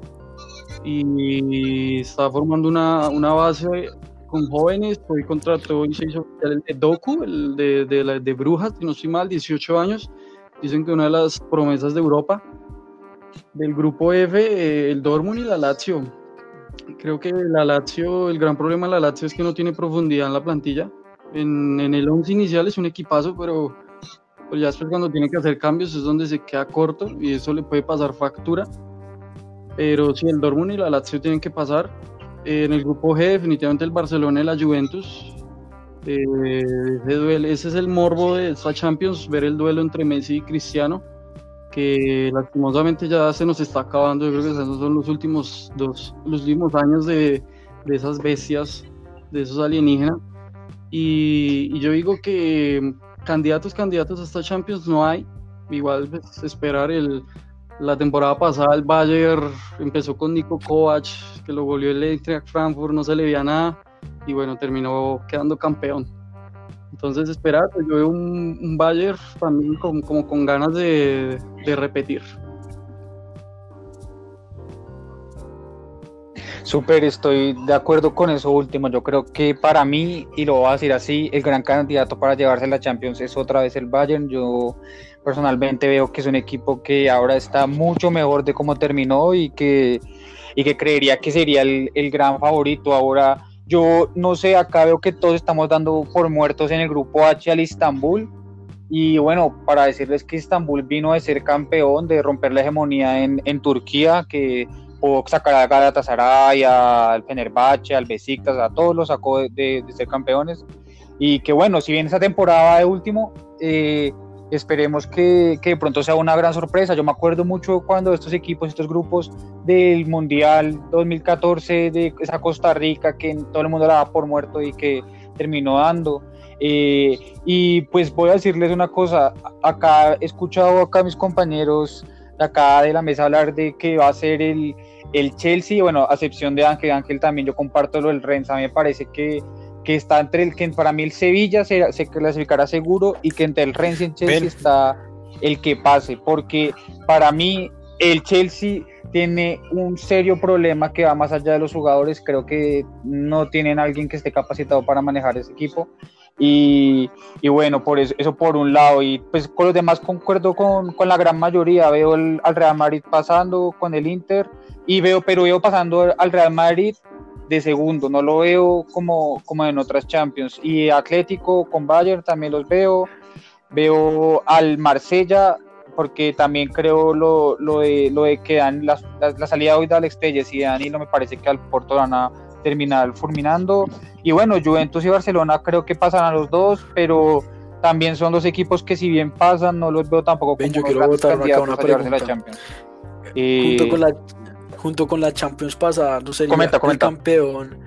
S3: Y está formando una base con jóvenes. Hoy contrató y se hizo oficial el Doku, el de Brujas, si no estoy mal, 18 años. Dicen que una de las promesas de Europa. Del grupo F, el Dortmund y la Lazio. Creo que la Lazio, el gran problema de la Lazio es que no tiene profundidad en la plantilla. En el 11 inicial es un equipazo, pero pues ya después cuando tiene que hacer cambios es donde se queda corto y eso le puede pasar factura. Pero sí, el Dortmund y la Lazio tienen que pasar. En el grupo G definitivamente el Barcelona y la Juventus. Ese es el morbo de esta Champions, ver el duelo entre Messi y Cristiano, que lastimosamente ya se nos está acabando. Yo creo que esos son los últimos años de esas bestias, de esos alienígenas. Y yo digo que candidatos a esta Champions no hay. Igual pues, esperar la temporada pasada el Bayern empezó con Niko Kovac, que lo volvió el Eintracht Frankfurt, no se le veía nada y bueno, terminó quedando campeón. Entonces esperar, pues, yo veo un Bayern también como con ganas de repetir.
S1: Súper, estoy de acuerdo con eso último. Yo creo que para mí, y lo voy a decir así, el gran candidato para llevarse la Champions es otra vez el Bayern. Yo personalmente veo que es un equipo que ahora está mucho mejor de cómo terminó y que creería que sería el gran favorito. Ahora, yo no sé, acá veo que todos estamos dando por muertos en el grupo H al Istanbul. Y bueno, para decirles que Istanbul vino de ser campeón, de romper la hegemonía en Turquía, que pudo sacar a Galatasaray, al Fenerbahce, al Besiktas, a todos los sacó de ser campeones. Y que bueno, si bien esa temporada de último, esperemos que de pronto sea una gran sorpresa. Yo me acuerdo mucho cuando estos grupos del Mundial 2014 de esa Costa Rica, que todo el mundo la daba por muerto y que terminó dando. Y pues voy a decirles una cosa, acá he escuchado a mis compañeros de acá de la mesa hablar de que va a ser el Chelsea, bueno, a excepción de Ángel también yo comparto lo del Rennes. A mí me parece que está entre que para mí el Sevilla se clasificará seguro y que entre el Rennes y el Chelsea está el que pase, porque para mí el Chelsea tiene un serio problema que va más allá de los jugadores. Creo que no tienen alguien que esté capacitado para manejar ese equipo. Y bueno, por eso por un lado, y pues con los demás concuerdo con la gran mayoría. Veo al Real Madrid pasando con el Inter, pero veo pasando al Real Madrid de segundo, no lo veo como en otras Champions. Y Atlético con Bayern también los veo al Marsella, porque también creo lo de que dan la salida hoy de Alex Telles y de Danilo, me parece que al Porto van a terminar fulminando. Y bueno, Juventus y Barcelona creo que pasarán los dos, pero también son dos equipos que si bien pasan, no los veo tampoco como
S4: yo quiero botar acá una pregunta.
S1: La Champions.
S4: Junto con la Champions pasada, no sería
S1: comenta.
S4: el campeón.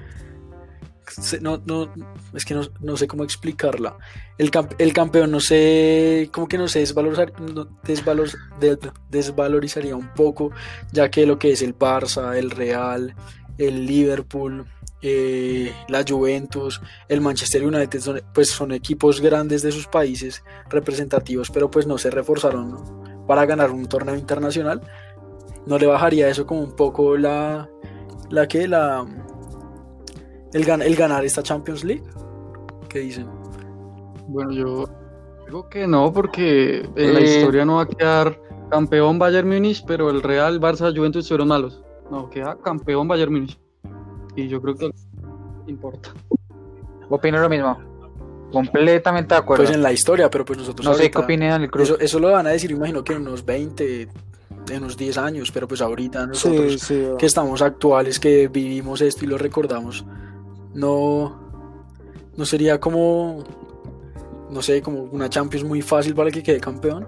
S4: Es que no sé cómo explicarla. El campeón, no sé, como que no sé, desvalorizaría un poco, ya que lo que es el Barça, el Real, el Liverpool, la Juventus, el Manchester United son equipos grandes de sus países, representativos, pero pues no se reforzaron, ¿no?, para ganar un torneo internacional. ¿No le bajaría eso como un poco el ganar esta Champions League? ¿Qué dicen?
S3: Bueno, yo digo que no, porque en la historia no va a quedar campeón Bayern Múnich, pero el Real, Barça, Juventus fueron malos. No, queda campeón Bayern Múnich. Y yo creo que importa.
S1: Opino lo mismo. Completamente de acuerdo.
S4: Pues en la historia, pero pues nosotros
S1: no sé
S4: ahorita,
S1: qué opinan el Cruz.
S4: Eso lo van a decir, imagino que en unos 20, en unos 10 años, pero pues ahorita nosotros que estamos actuales, que vivimos esto y lo recordamos, no sería como, no sé, como una Champions muy fácil para el que quede campeón.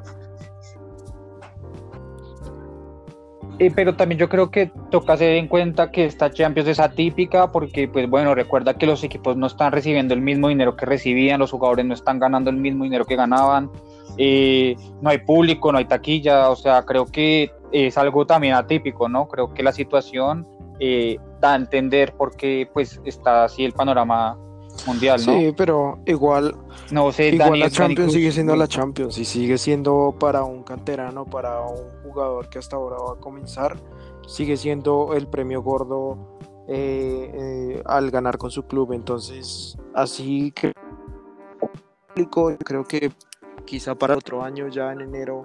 S1: Pero también yo creo que toca hacer en cuenta que esta Champions es atípica porque, pues bueno, recuerda que los equipos no están recibiendo el mismo dinero que recibían, los jugadores no están ganando el mismo dinero que ganaban, no hay público, no hay taquilla, o sea, creo que es algo también atípico, ¿no? Creo que la situación da a entender por qué pues está así el panorama mundial, ¿no?
S2: Sí, pero igual
S1: Dani,
S2: la Champions sigue siendo la Champions y sigue siendo para un canterano, para un jugador que hasta ahora va a comenzar, sigue siendo el premio gordo al ganar con su club. Entonces, así que yo creo que quizá para otro año, ya en enero,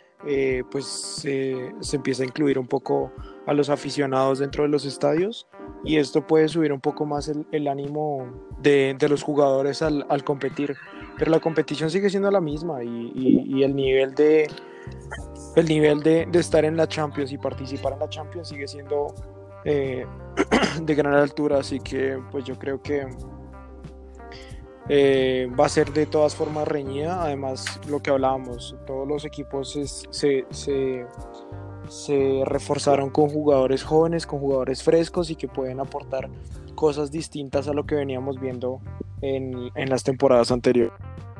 S2: se empieza a incluir un poco a los aficionados dentro de los estadios, y esto puede subir un poco más el ánimo de los jugadores al competir, pero la competición sigue siendo la misma, y el nivel de estar en la Champions y participar en la Champions sigue siendo de gran altura, así que pues yo creo que va a ser de todas formas reñida. Además, lo que hablábamos, todos los equipos se reforzaron con jugadores jóvenes, con jugadores frescos y que pueden aportar cosas distintas a lo que veníamos viendo en las temporadas anteriores.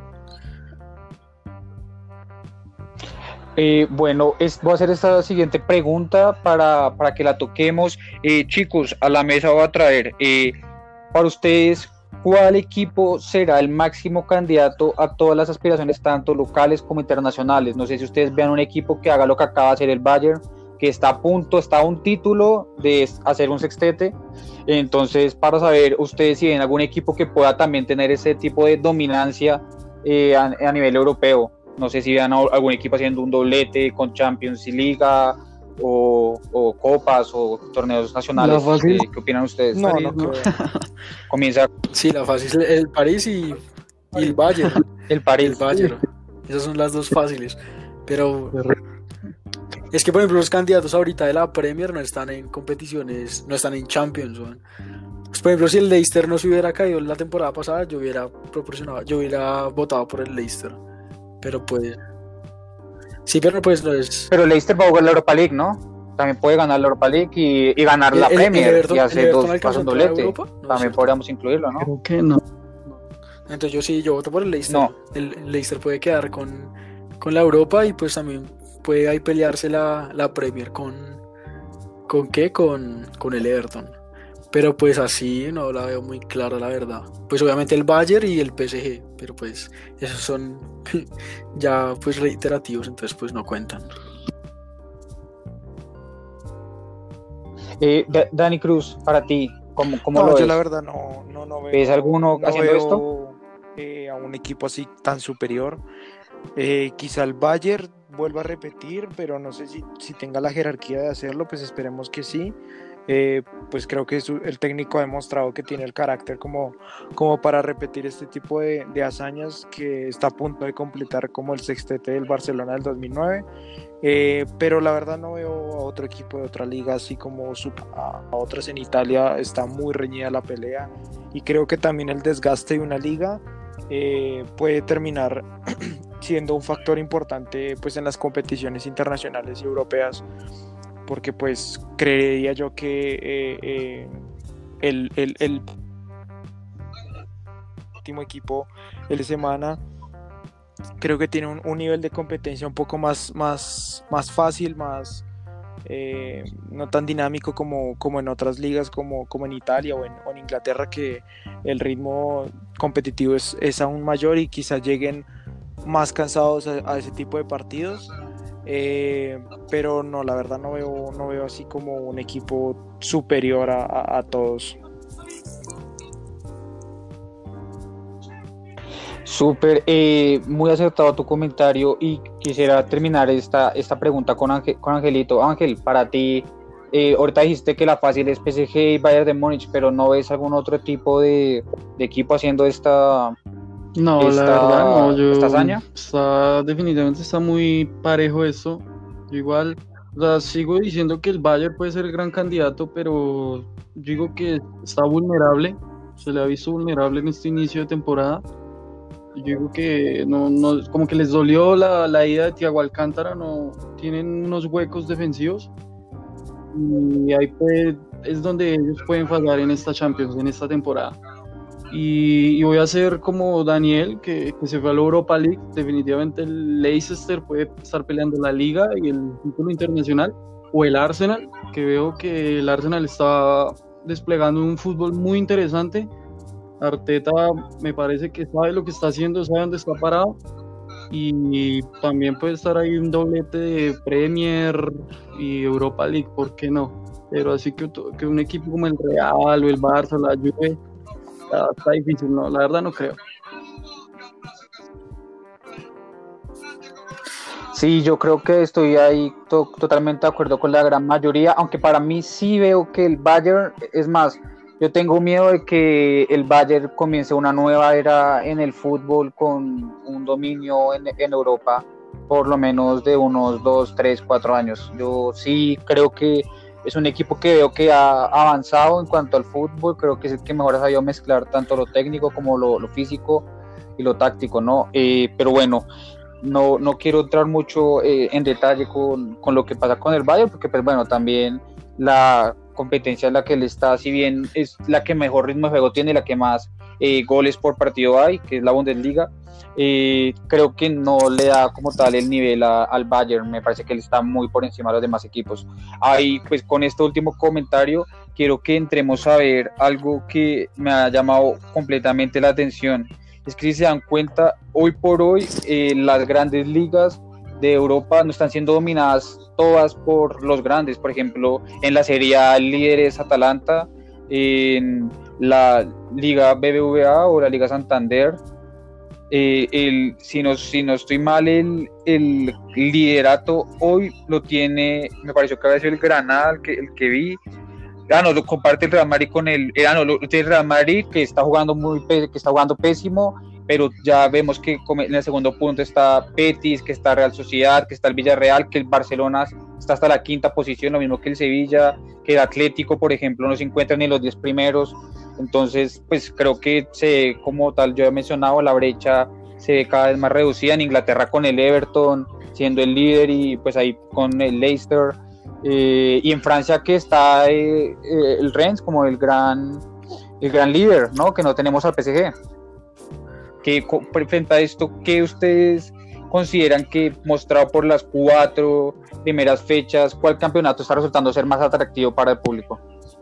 S1: Bueno, voy a hacer esta siguiente pregunta para que la toquemos. Chicos, a la mesa voy a traer, para ustedes, ¿cuál equipo será el máximo candidato a todas las aspiraciones, tanto locales como internacionales? No sé si ustedes vean un equipo que haga lo que acaba de hacer el Bayern, que está a un título de hacer un sextete. Entonces, para saber ustedes si ven algún equipo que pueda también tener ese tipo de dominancia a nivel europeo. No sé si vean algún equipo haciendo un doblete con Champions y Liga o copas o torneos nacionales. ¿Qué opinan ustedes?
S2: No creo.
S1: Comienza.
S4: Sí, la fácil, el París y el Bayern.
S1: El París.
S4: El Bayern. Esas son las dos fáciles. Pero es que, por ejemplo, los candidatos ahorita de la Premier no están en competiciones, no están en Champions. Pues, por ejemplo, si el Leicester no se hubiera caído la temporada pasada, yo hubiera votado por el Leicester. Pero pues... Sí, pero pues no es...
S1: Pero el Leicester va a jugar la Europa League, ¿no? También puede ganar la Europa League y ganar la Premier y hacer dos doblete. También podríamos incluirlo, ¿no?
S3: Creo que no.
S4: Entonces yo voto por el Leicester.
S1: No.
S4: El Leicester puede quedar con la Europa y pues también puede ahí pelearse la Premier con el Everton. Pero pues así no la veo muy clara, la verdad. Pues obviamente el Bayern y el PSG, pero pues esos son ya pues reiterativos, entonces pues no cuentan.
S1: Dani Cruz, para ti, ¿cómo
S2: No,
S1: lo ves?
S2: yo la verdad no veo.
S1: ¿Ves alguno haciendo esto?
S2: A un equipo así tan superior. Quizá el Bayern vuelva a repetir, pero no sé si tenga la jerarquía de hacerlo, pues esperemos que sí. Pues creo que el técnico ha demostrado que tiene el carácter como para repetir este tipo de hazañas, que está a punto de completar como el sextete del Barcelona del 2009, pero la verdad no veo a otro equipo de otra liga así como a otras en Italia. Está muy reñida la pelea y creo que también el desgaste de una liga puede terminar siendo un factor importante pues en las competiciones internacionales y europeas, porque pues creería yo que el último equipo de semana creo que tiene un nivel de competencia un poco más fácil, más no tan dinámico como en otras ligas como en Italia o en Inglaterra, que el ritmo competitivo es aún mayor y quizás lleguen más cansados a ese tipo de partidos. pero no, la verdad no veo así como un equipo superior a todos.
S1: Súper, muy acertado tu comentario y quisiera terminar esta pregunta con Angelito. Ángel, para ti, ahorita dijiste que la fácil es PSG y Bayern de Múnich, pero ¿no ves algún otro tipo de equipo haciendo esta
S3: No, la verdad no,
S1: hazaña?
S3: Definitivamente está muy parejo eso. Yo igual, o sea, sigo diciendo que el Bayern puede ser el gran candidato, pero yo digo que está vulnerable, se le ha visto vulnerable en este inicio de temporada. Yo digo que no, como que les dolió la ida de Thiago Alcántara, no tienen unos huecos defensivos y ahí es donde ellos pueden fallar en esta Champions, en esta temporada. Y voy a hacer como Daniel, que se fue a la Europa League. Definitivamente el Leicester puede estar peleando la Liga y el título internacional, o el Arsenal, que veo que el Arsenal está desplegando un fútbol muy interesante. Arteta me parece que sabe lo que está haciendo, sabe dónde está parado, y también puede estar ahí un doblete de Premier y Europa League, ¿por qué no? Pero así que un equipo como el Real o el Barça, la Juve, está difícil, no, la verdad no creo.
S1: Sí, yo creo que estoy ahí totalmente de acuerdo con la gran mayoría, aunque para mí sí veo que el Bayern, es más, yo tengo miedo de que el Bayern comience una nueva era en el fútbol con un dominio en Europa, por lo menos de unos 2, 3, 4 años. Yo sí creo que es un equipo que veo que ha avanzado en cuanto al fútbol, creo que es el que mejor ha sabido mezclar tanto lo técnico como lo físico y lo táctico, ¿no? Pero bueno, no quiero entrar mucho en detalle con lo que pasa con el Bayern, porque pues bueno, también la competencia es la que le está, si bien es la que mejor ritmo de juego tiene, la que más goles por partido hay, que es la Bundesliga, creo que no le da como tal el nivel al Bayern. Me parece que él está muy por encima de los demás equipos. Ahí pues con este último comentario quiero que entremos a ver algo que me ha llamado completamente la atención. Es que si se dan cuenta, hoy por hoy las grandes ligas de Europa no están siendo dominadas todas por los grandes. Por ejemplo, en la Serie A el líder es Atalanta, en la Liga BBVA o la Liga Santander, si no estoy mal, el liderato hoy lo tiene, me pareció que había sido el Granada, el que vi. Lo comparte el Real Madrid con el Real Madrid, que está jugando pésimo, pero ya vemos que en el segundo punto está Betis, que está Real Sociedad, que está el Villarreal, que el Barcelona está hasta la quinta posición, lo mismo que el Sevilla, que el Atlético, por ejemplo, no se encuentra ni en los 10 primeros. Entonces, pues creo que como tal, yo he mencionado, la brecha se ve cada vez más reducida. En Inglaterra con el Everton siendo el líder, y pues ahí con el Leicester, y en Francia que está el Rennes como el gran líder, ¿no? Que no tenemos al PSG. Que frente a esto, ¿qué ustedes consideran que, mostrado por las 4 primeras fechas, cuál campeonato está resultando ser más atractivo para el público?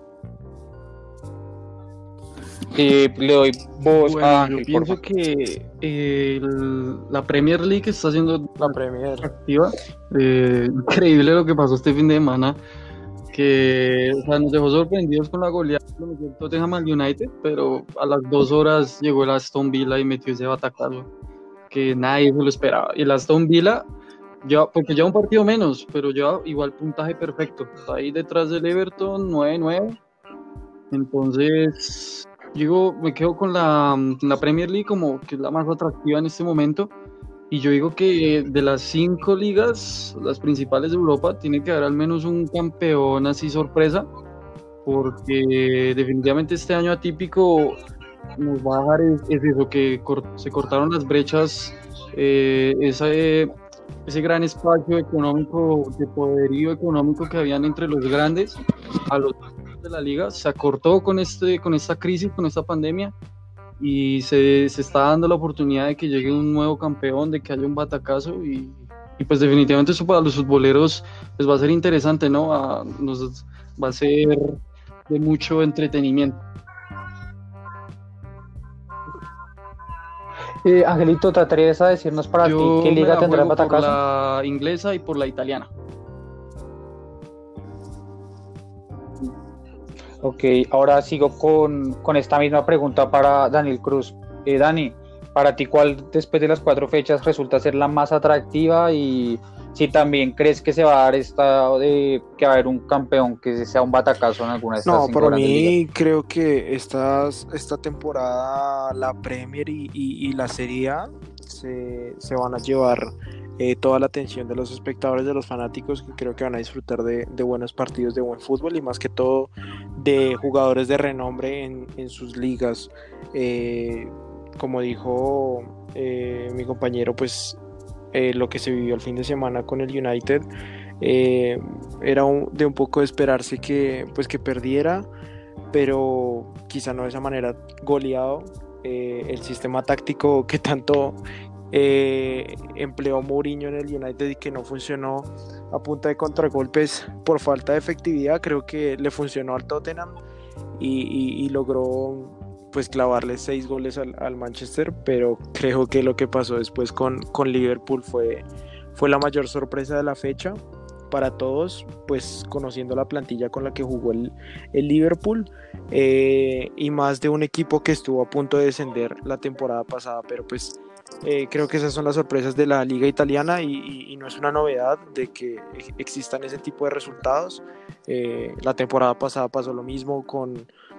S1: Le doy voz a Ángel.
S3: Yo pienso que la Premier League está siendo atractiva. Increíble lo que pasó este fin de semana, que nos dejó sorprendidos con la goleada del Tottenham al United, pero a las 2 horas llegó el Aston Villa y metió ese batacazo que nadie se lo esperaba. Y el Aston Villa, porque ya un partido menos, pero ya igual puntaje perfecto, está ahí detrás del Everton, 9-9. Entonces me quedo con la Premier League como que es la más atractiva en este momento, y yo digo que de las 5 ligas, las principales de Europa, tiene que haber al menos un campeón así sorpresa, porque definitivamente este año atípico nos va a dejar es eso, que se cortaron las brechas, ese gran espacio económico, de poderío económico que habían entre los grandes a los de la liga, se acortó con esta crisis, con esta pandemia, y se está dando la oportunidad de que llegue un nuevo campeón, de que haya un batacazo, y pues definitivamente eso para los futboleros pues va a ser interesante, ¿no? Va a ser de mucho entretenimiento.
S1: Angelito, ¿te atreves a decirnos para ti
S3: Yo
S1: qué
S3: me
S1: liga
S3: la
S1: tendrá el
S3: juego por
S1: batacazo?
S3: la inglesa y por la italiana.
S1: Ok, ahora sigo con esta misma pregunta para Daniel Cruz. Dani, para ti, ¿cuál después de las 4 fechas resulta ser la más atractiva? Y si también crees que se va a dar esta de que va a haber un campeón que sea un batacazo en alguna de estas
S2: No,
S1: 5
S2: para
S1: grandes ligas.
S2: mí creo que esta temporada la Premier y la Serie A se van a llevar toda la atención de los espectadores, de los fanáticos, que creo que van a disfrutar de buenos partidos, de buen fútbol y más que todo de jugadores de renombre en sus ligas. Como dijo mi compañero, pues lo que se vivió el fin de semana con el United era de un poco de esperarse que perdiera, pero quizá no de esa manera goleado. El sistema táctico que tanto empleó Mourinho en el United y que no funcionó a punta de contragolpes por falta de efectividad, creo que le funcionó al Tottenham y logró pues clavarle 6 goles al Manchester, pero creo que lo que pasó después con Liverpool fue la mayor sorpresa de la fecha para todos, pues conociendo la plantilla con la que jugó el Liverpool, y más de un equipo que estuvo a punto de descender la temporada pasada, pero pues creo que esas son las sorpresas de la liga italiana y no es una novedad de que existan ese tipo de resultados. La temporada pasada pasó lo mismo con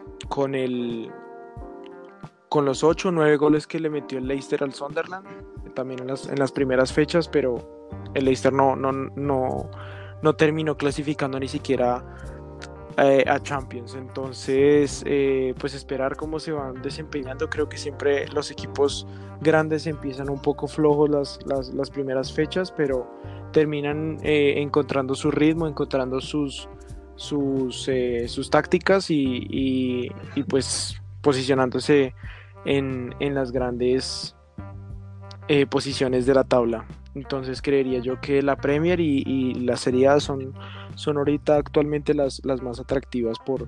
S2: los 8 o 9 goles que le metió el Leicester al Sunderland, también en las primeras fechas, pero el Leicester no terminó clasificando ni siquiera a Champions. Entonces pues esperar cómo se van desempeñando. Creo que siempre los equipos grandes empiezan un poco flojos las primeras fechas, pero terminan encontrando su ritmo, encontrando sus tácticas y pues posicionándose en las grandes posiciones de la tabla. Entonces creería yo que la Premier y la Serie A son ahorita actualmente las más atractivas por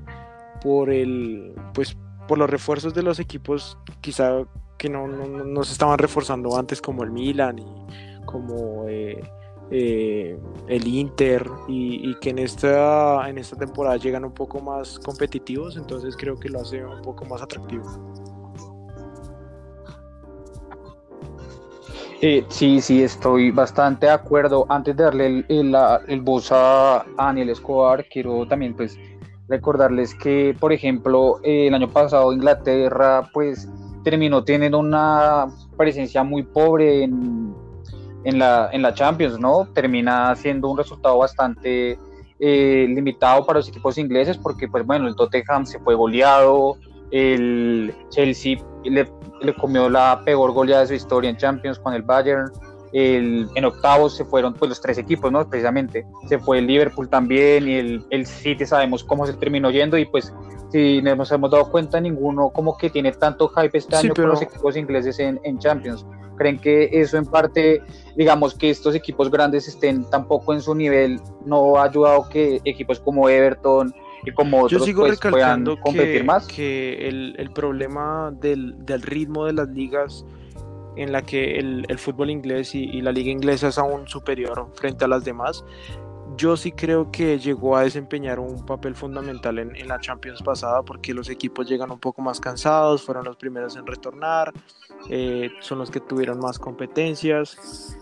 S2: los refuerzos de los equipos quizá que no se estaban reforzando antes, como el Milan y como el Inter, y que en esta temporada llegan un poco más competitivos. Entonces creo que lo hace un poco más atractivo.
S1: Sí, estoy bastante de acuerdo. Antes de darle el voz a Daniel Escobar, quiero también pues recordarles que, por ejemplo, el año pasado Inglaterra pues terminó teniendo una presencia muy pobre en la Champions, ¿no? Termina siendo un resultado bastante limitado para los equipos ingleses, porque pues bueno, el Tottenham se fue goleado, el Chelsea le comió la peor goleada de su historia en Champions con el Bayern. En octavos se fueron pues los 3 equipos, ¿no? Precisamente se fue el Liverpool también, y el City sabemos cómo se terminó yendo, y pues si nos hemos dado cuenta, ninguno como que tiene tanto hype este año con los equipos ingleses en Champions. ¿Creen que eso en parte, digamos, que estos equipos grandes estén tampoco en su nivel, no ha ayudado que equipos como Everton y como otros
S2: yo sigo
S1: pues puedan
S2: recalcando
S1: competir más?
S2: que el problema del ritmo de las ligas, en la que el fútbol inglés y la liga inglesa es aún superior frente a las demás, yo sí creo que llegó a desempeñar un papel fundamental en la Champions pasada, porque los equipos llegan un poco más cansados, fueron los primeros en retornar, son los que tuvieron más competencias.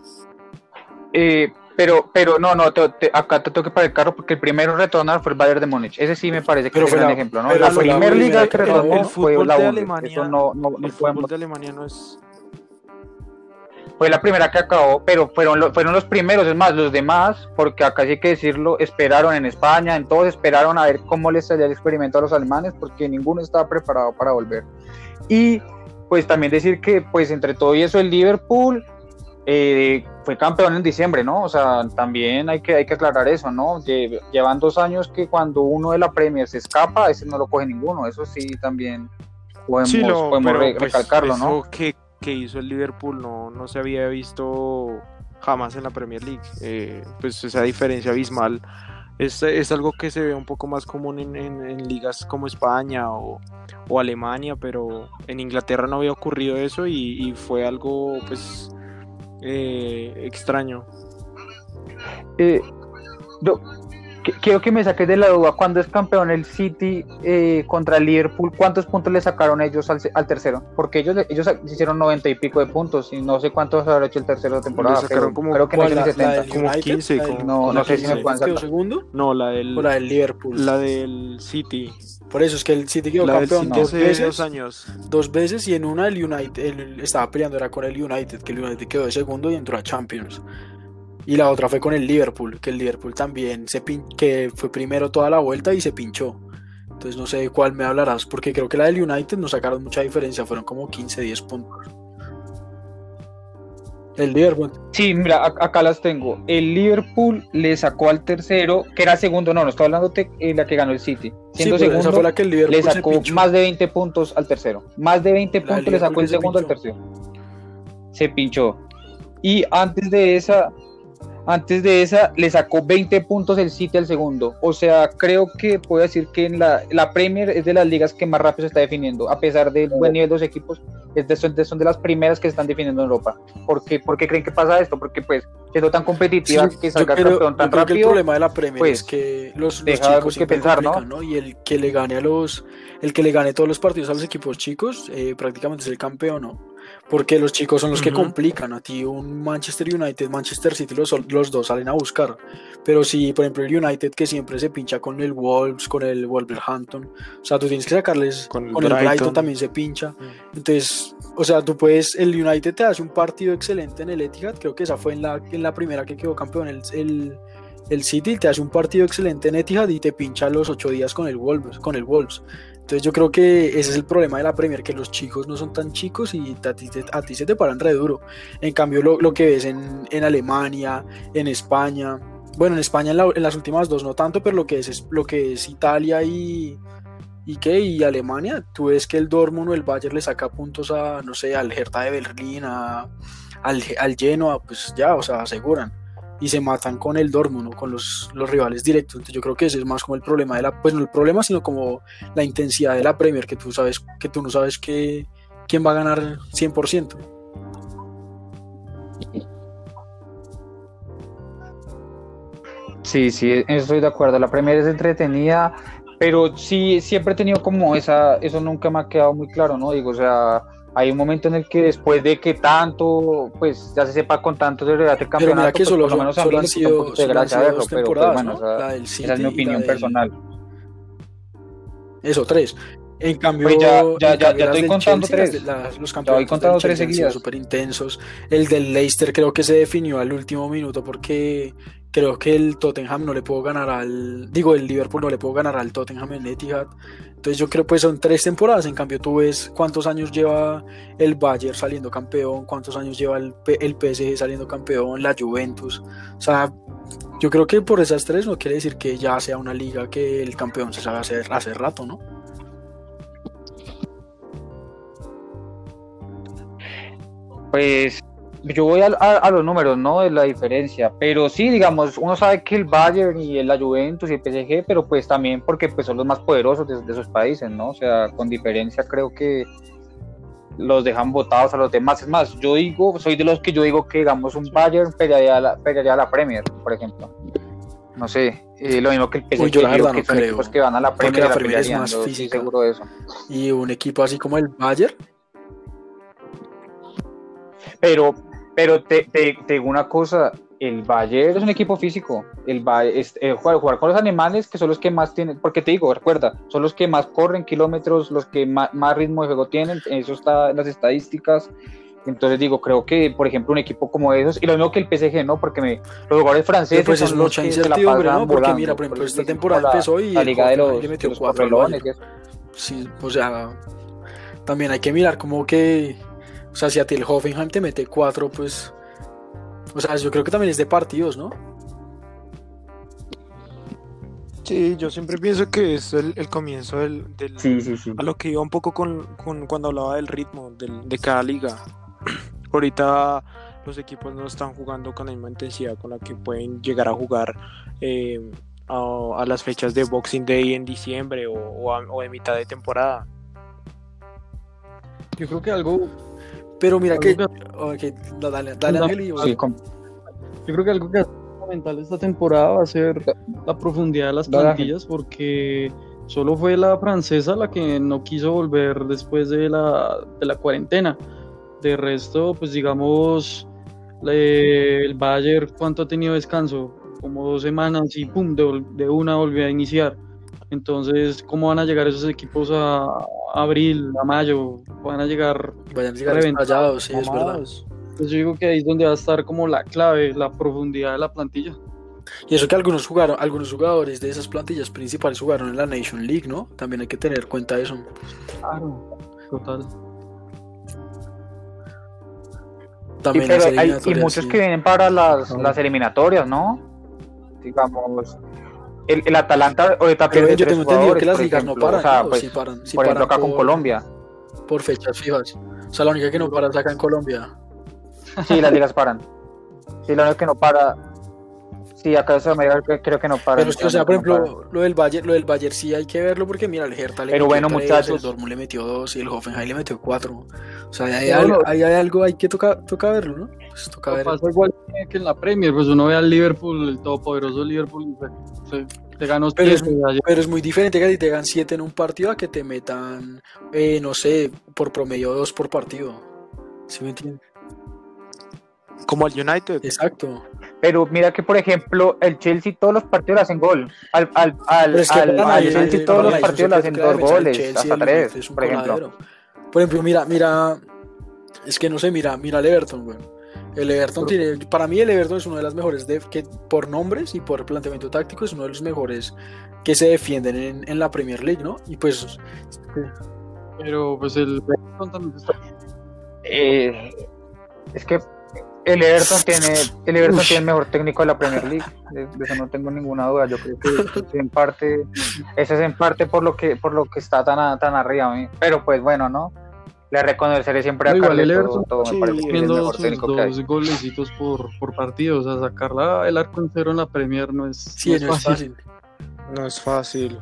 S1: Pero no, acá te tengo que parar el carro, porque el primero en retornar fue el Bayern de Múnich. Ese sí me parece que es un gran ejemplo, ¿no? La primera liga que retornó fue la Bundesliga. Eso no
S2: el fútbol de Alemania no es...
S1: Fue la primera que acabó, pero fueron los primeros. Es más, los demás, porque acá sí hay que decirlo, esperaron en España, en todos esperaron a ver cómo les salía el experimento a los alemanes, porque ninguno estaba preparado para volver. Y pues también decir que pues entre todo y eso el Liverpool fue campeón en diciembre, ¿no? O sea, también hay que aclarar eso, ¿no? Llevan 2 años que cuando uno de la Premier se escapa, ese no lo coge ninguno. Eso sí también podemos recalcarlo, ¿no?
S2: Que hizo el Liverpool no se había visto jamás en la Premier League. Pues esa diferencia abismal Es algo que se ve un poco más común en ligas como España o Alemania, pero en Inglaterra no había ocurrido eso y fue algo pues extraño.
S1: Yo quiero que me saques de la duda, cuando es campeón el City contra el Liverpool, ¿cuántos puntos le sacaron ellos al tercero? Porque ellos hicieron 90 y pico de puntos y no sé cuántos habrá hecho el tercero de temporada.
S2: Le sacaron como,
S1: creo que no
S4: ¿cuál,
S1: hicieron
S4: la
S1: 70.
S4: del
S2: como
S4: United?
S2: 15.
S4: La del-
S1: No sé si me pueden
S4: ¿Quedó
S1: sacar.
S4: segundo?
S2: No,
S4: O la del Liverpool.
S2: la del City.
S4: Por eso es que el City quedó
S2: La del
S4: campeón
S2: City
S4: dos
S2: hace
S4: veces.
S2: 2 años.
S4: 2 veces y en una el United estaba peleando era con el United, que el United quedó de segundo y entró a Champions. Y la otra fue con el Liverpool, que el Liverpool también que fue primero toda la vuelta y se pinchó. Entonces no sé de cuál me hablarás, porque creo que la del United no sacaron mucha diferencia, fueron como 15, 10 puntos. El Liverpool.
S1: Sí, mira, acá las tengo. El Liverpool le sacó al tercero, que era segundo, no estoy hablando de la que ganó el City. Siendo
S4: Sí, pero esa
S1: segundo,
S4: fue la que el Liverpool
S1: le
S4: se
S1: sacó
S4: pinchó.
S1: más de 20 puntos al tercero. Más de 20
S4: La
S1: puntos
S4: del
S1: le sacó
S4: Liverpool
S1: el
S4: se
S1: segundo al
S4: pinchó.
S1: tercero. Se pinchó. Y antes de esa le sacó 20 puntos el City al segundo. O sea, creo que puedo decir que en la Premier es de las ligas que más rápido se está definiendo. A pesar del buen nivel de los equipos, son de las primeras que se están definiendo en Europa. ¿Por qué creen que pasa esto? Porque pues siendo tan competitiva
S4: Sí,
S1: que salga
S4: yo creo
S1: campeón tan
S4: que el
S1: rápido,
S4: problema de la Premier
S1: pues,
S4: es que los
S1: deja
S4: chicos
S1: algo que
S4: siempre
S1: pensar, ¿no?
S4: complican, ¿no? Y el que le gane todos los partidos a los equipos chicos, prácticamente es el campeón, ¿no? Porque los chicos son los que
S2: Ujú.
S4: complican. A ti un Manchester United, Manchester City, los dos salen a buscar. Pero si, por ejemplo, el United que siempre se pincha con el Wolves, con el Wolverhampton, o sea, tú tienes que sacarles,
S2: Con el
S4: con el Brighton
S2: Brighton
S4: también se pincha. Entonces, o sea, tú puedes, el United te hace un partido excelente en el Etihad, creo que esa fue en la primera que quedó campeón, el City te hace un partido excelente en Etihad y te pincha los 8 días con el Wolves. Entonces yo creo que ese es el problema de la Premier, que los chicos no son tan chicos y a ti se te paran re duro. En cambio, lo que ves en Alemania, en España, bueno, en España en las últimas dos no tanto, pero lo que es Italia y Alemania, tú ves que el Dortmund o el Bayern le saca puntos a, no sé, al Hertha de Berlín, al Genoa, pues ya, o sea, aseguran. Y se matan con el Dortmund o con los rivales directos. Entonces yo creo que ese es más como el problema pues no el problema, sino como la intensidad de la Premier, que tú no sabes quién va a ganar 100%.
S1: Sí, estoy de acuerdo. La Premier es entretenida, pero sí, siempre he tenido como eso nunca me ha quedado muy claro, ¿no? Digo, o sea, hay un momento en el que después de que tanto, pues ya se sepa con tanto de regate el
S4: Pero mira
S1: campeonato,
S4: que
S1: pues,
S4: solo
S1: por lo menos a mí
S4: han
S1: me quita un poquito de gracia
S4: sido
S1: verlo,
S4: dos
S1: pero pues
S4: temporadas,
S1: bueno,
S4: ¿no? La del City
S1: esa es mi
S4: y
S1: opinión personal.
S4: Eso, 3. En cambio,
S1: Pues ya
S4: las
S1: estoy
S4: del
S1: contando
S4: Chelsea,
S1: 3.
S4: los
S1: Ya voy
S4: campeonatos
S1: contando
S4: del
S1: 3
S4: Chelsea han sido
S1: seguidas.
S4: súper intensos. El del Leicester creo que se definió al último minuto porque creo que el Tottenham no le pudo ganar el Liverpool no le pudo ganar al Tottenham en Etihad. Entonces yo creo pues son 3 temporadas. En cambio tú ves cuántos años lleva el Bayern saliendo campeón, cuántos años lleva el PSG saliendo campeón, la Juventus. O sea, yo creo que por esas 3 no quiere decir que ya sea una liga que el campeón se sabe hacer hace rato, ¿no?
S1: Pues yo voy a los números, ¿no? De la diferencia, pero sí, digamos, uno sabe que el Bayern y la Juventus y el PSG, pero pues también porque pues son los más poderosos de sus países, ¿no? O sea, con diferencia creo que los dejan botados a los demás. Es más, soy de los que yo digo que, digamos, un Bayern pelearía a la Premier, por ejemplo. No sé, lo mismo que el PSG,
S4: Uy, yo la verdad
S1: que
S4: no
S1: son
S4: creo,
S1: equipos que van a la
S4: porque
S1: Premier,
S4: la Premier es
S1: pelearían,
S4: más
S1: yo estoy
S4: física.
S1: seguro de eso.
S4: Y un equipo así como el Bayern,
S1: Pero te digo una cosa, el Bayern es un equipo físico. Jugar con los alemanes, que son los que más tienen, porque te digo, recuerda, son los que más corren kilómetros, los que más ritmo de juego tienen, eso está en las estadísticas. Entonces digo, creo que, por ejemplo, un equipo como esos, y lo mismo que el PSG, ¿no? Porque los jugadores franceses
S4: pues es
S1: son los
S4: mucha
S1: que se la
S4: incertidumbre,
S1: pasan
S4: ¿no? Porque
S1: volando.
S4: mira, por ejemplo, esta
S1: Por
S4: temporada empezó y
S1: la
S4: el
S1: liga de
S4: Hoffenheim
S1: los,
S4: le metió
S1: de los
S4: 4 al
S1: correlones.
S4: Bayern. Sí, o sea, también hay que mirar como que, o sea, si a ti el Hoffenheim te mete 4, pues, o sea, yo creo que también es de partidos, ¿no?
S2: Sí, yo siempre pienso que es el comienzo del
S1: Sí.
S2: a lo que iba un poco con cuando hablaba del ritmo de cada liga. Ahorita los equipos no están jugando con la misma intensidad con la que pueden llegar a jugar a las fechas de Boxing Day en diciembre o de mitad de temporada.
S3: Yo creo que algo...
S4: Pero mira que...
S3: algo
S4: Okay, dale Ángel y yo.
S1: Sí,
S3: Yo creo que algo que es fundamental esta temporada va a ser la profundidad de las plantillas, porque solo fue la francesa la que no quiso volver después de la cuarentena. De resto, pues digamos, el Bayern, ¿cuánto ha tenido descanso? Como 2 semanas y pum, de una volvió a iniciar. Entonces, ¿cómo van a llegar esos equipos a abril, a mayo? Vayan a llegar
S4: reventados, sí, es verdad.
S3: Pues yo digo que ahí es donde va a estar como la clave, la profundidad de la plantilla.
S4: Y eso que algunos jugadores de esas plantillas principales jugaron en la Nation League, ¿no? También hay que tener cuenta de eso.
S3: Claro, total.
S1: También pero hay muchos que vienen para las eliminatorias, ¿no? Digamos, el Atalanta ahorita pierde 3 jugadores,
S4: que las ligas no paran, o sea, pues,
S1: sí por ejemplo acá con Colombia.
S4: Por fechas fijas. O sea, la única que no para es acá en Colombia.
S1: Sí, las ligas paran. Sí, la única que no para. Sí, acá en Sudamérica creo que no para.
S4: Pero, o sea, por ejemplo, lo del Bayern sí hay que verlo porque mira, el Hertha le metió 3, muchachos, el Dortmund le metió 2 y el Hoffenheim le metió 4. O sea, hay algo, hay que toca verlo, ¿no? Pues toca verlo.
S3: Pasa igual que en la Premier, pues uno ve al Liverpool, el todopoderoso Liverpool, te ganó 7.
S4: Pero es muy diferente que a ti te hagan 7 en un partido a que te metan, no sé, por promedio 2 por partido. ¿Sí me entiendes?
S2: Como el United.
S4: Exacto.
S1: Pero mira que, por ejemplo, el Chelsea todos los partidos le hacen gol. Al Chelsea todos los partidos le hacen 2 goles, hasta 3, por ejemplo.
S4: Por ejemplo, mira, es que no sé, mira el Everton, güey. El Everton para mí el Everton es uno de las mejores que por nombres y por planteamiento táctico es uno de los mejores que se defienden en la Premier League, ¿no? Y pues...
S3: Pero pues el Everton también está...
S1: es que el Everton tiene el mejor técnico de la Premier League, de eso no tengo ninguna duda. Yo creo que ese es en parte por lo que está tan arriba, pero pues bueno, ¿no? Le reconoceré siempre a Carleto todo me parece que es el mejor técnico que hay.
S3: 2 golecitos por partido, o sea, sacar el arco en cero en la Premier no es fácil.
S2: No es fácil.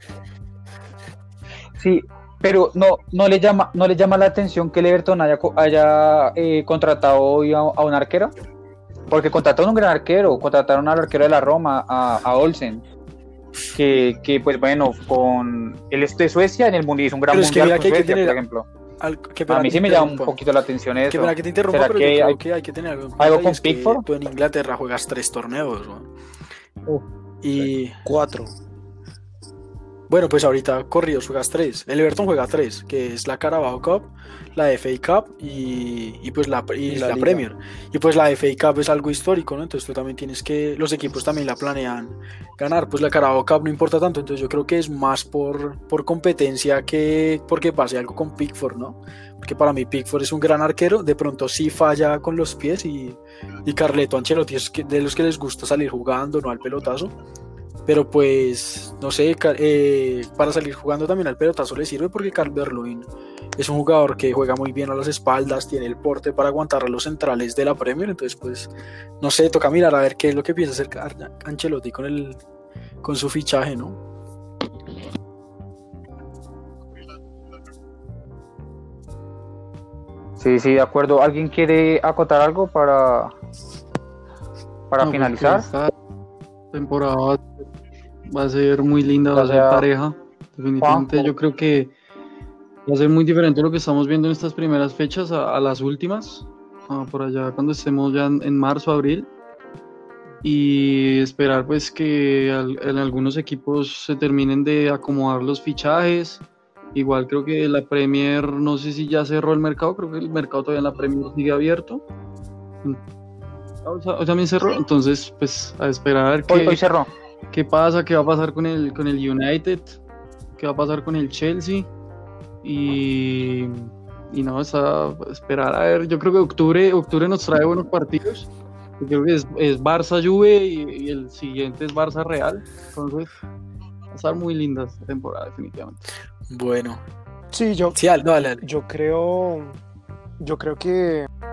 S1: Sí, pero no le llama la atención que el Everton haya contratado hoy a un arquero, porque contrataron un gran arquero, contrataron al arquero de la Roma, a Olsen, que pues bueno, con él es de Suecia en el mundo hizo un gran mundial con Suecia, por ejemplo. A mí sí me llama un poquito la atención eso.
S4: Que te interrumpa, pero yo creo que hay que tener
S1: algo con Pickford.
S4: Tú en Inglaterra juegas 3 torneos, ¿no? Y
S2: 4.
S4: Bueno, pues ahorita corridos juegas 3. El Everton juega 3, que es la Carabao Cup, la FA Cup y pues la Premier. Y pues la FA Cup es algo histórico, ¿no? Entonces tú también los equipos también la planean ganar. Pues la Carabao Cup no importa tanto, entonces yo creo que es más por competencia que porque pase algo con Pickford, ¿no? Porque para mí Pickford es un gran arquero, de pronto sí falla con los pies y Carleto Ancelotti es de los que les gusta salir jugando, no al pelotazo. Pero pues, no sé, para salir jugando también al pelotazo le sirve porque Calvert-Lewin es un jugador que juega muy bien a las espaldas, tiene el porte para aguantar a los centrales de la Premier, entonces pues, no sé, toca mirar a ver qué es lo que piensa hacer Ancelotti con su fichaje, ¿no?
S1: Sí, de acuerdo. ¿Alguien quiere acotar algo para finalizar?
S3: Esta temporada va a ser muy linda, va a ser pareja. Definitivamente Juanjo. Yo creo que va a ser muy diferente lo que estamos viendo en estas primeras fechas a las últimas, por allá cuando estemos ya en marzo, abril, y esperar pues que en algunos equipos se terminen de acomodar los fichajes. Igual creo que la Premier, no sé si ya cerró el mercado, creo que el mercado todavía en la Premier sigue abierto. O también cerró, entonces pues a esperar
S1: hoy cerró.
S3: ¿Qué pasa? ¿Qué va a pasar con el United? ¿Qué va a pasar con el Chelsea? Y no, esperar a ver. Yo creo que octubre nos trae buenos partidos. Yo creo que es Barça Juve y el siguiente es Barça Real. Entonces va a estar muy linda esta temporada, definitivamente.
S4: Bueno.
S2: Sí,
S4: dale.
S2: Yo creo que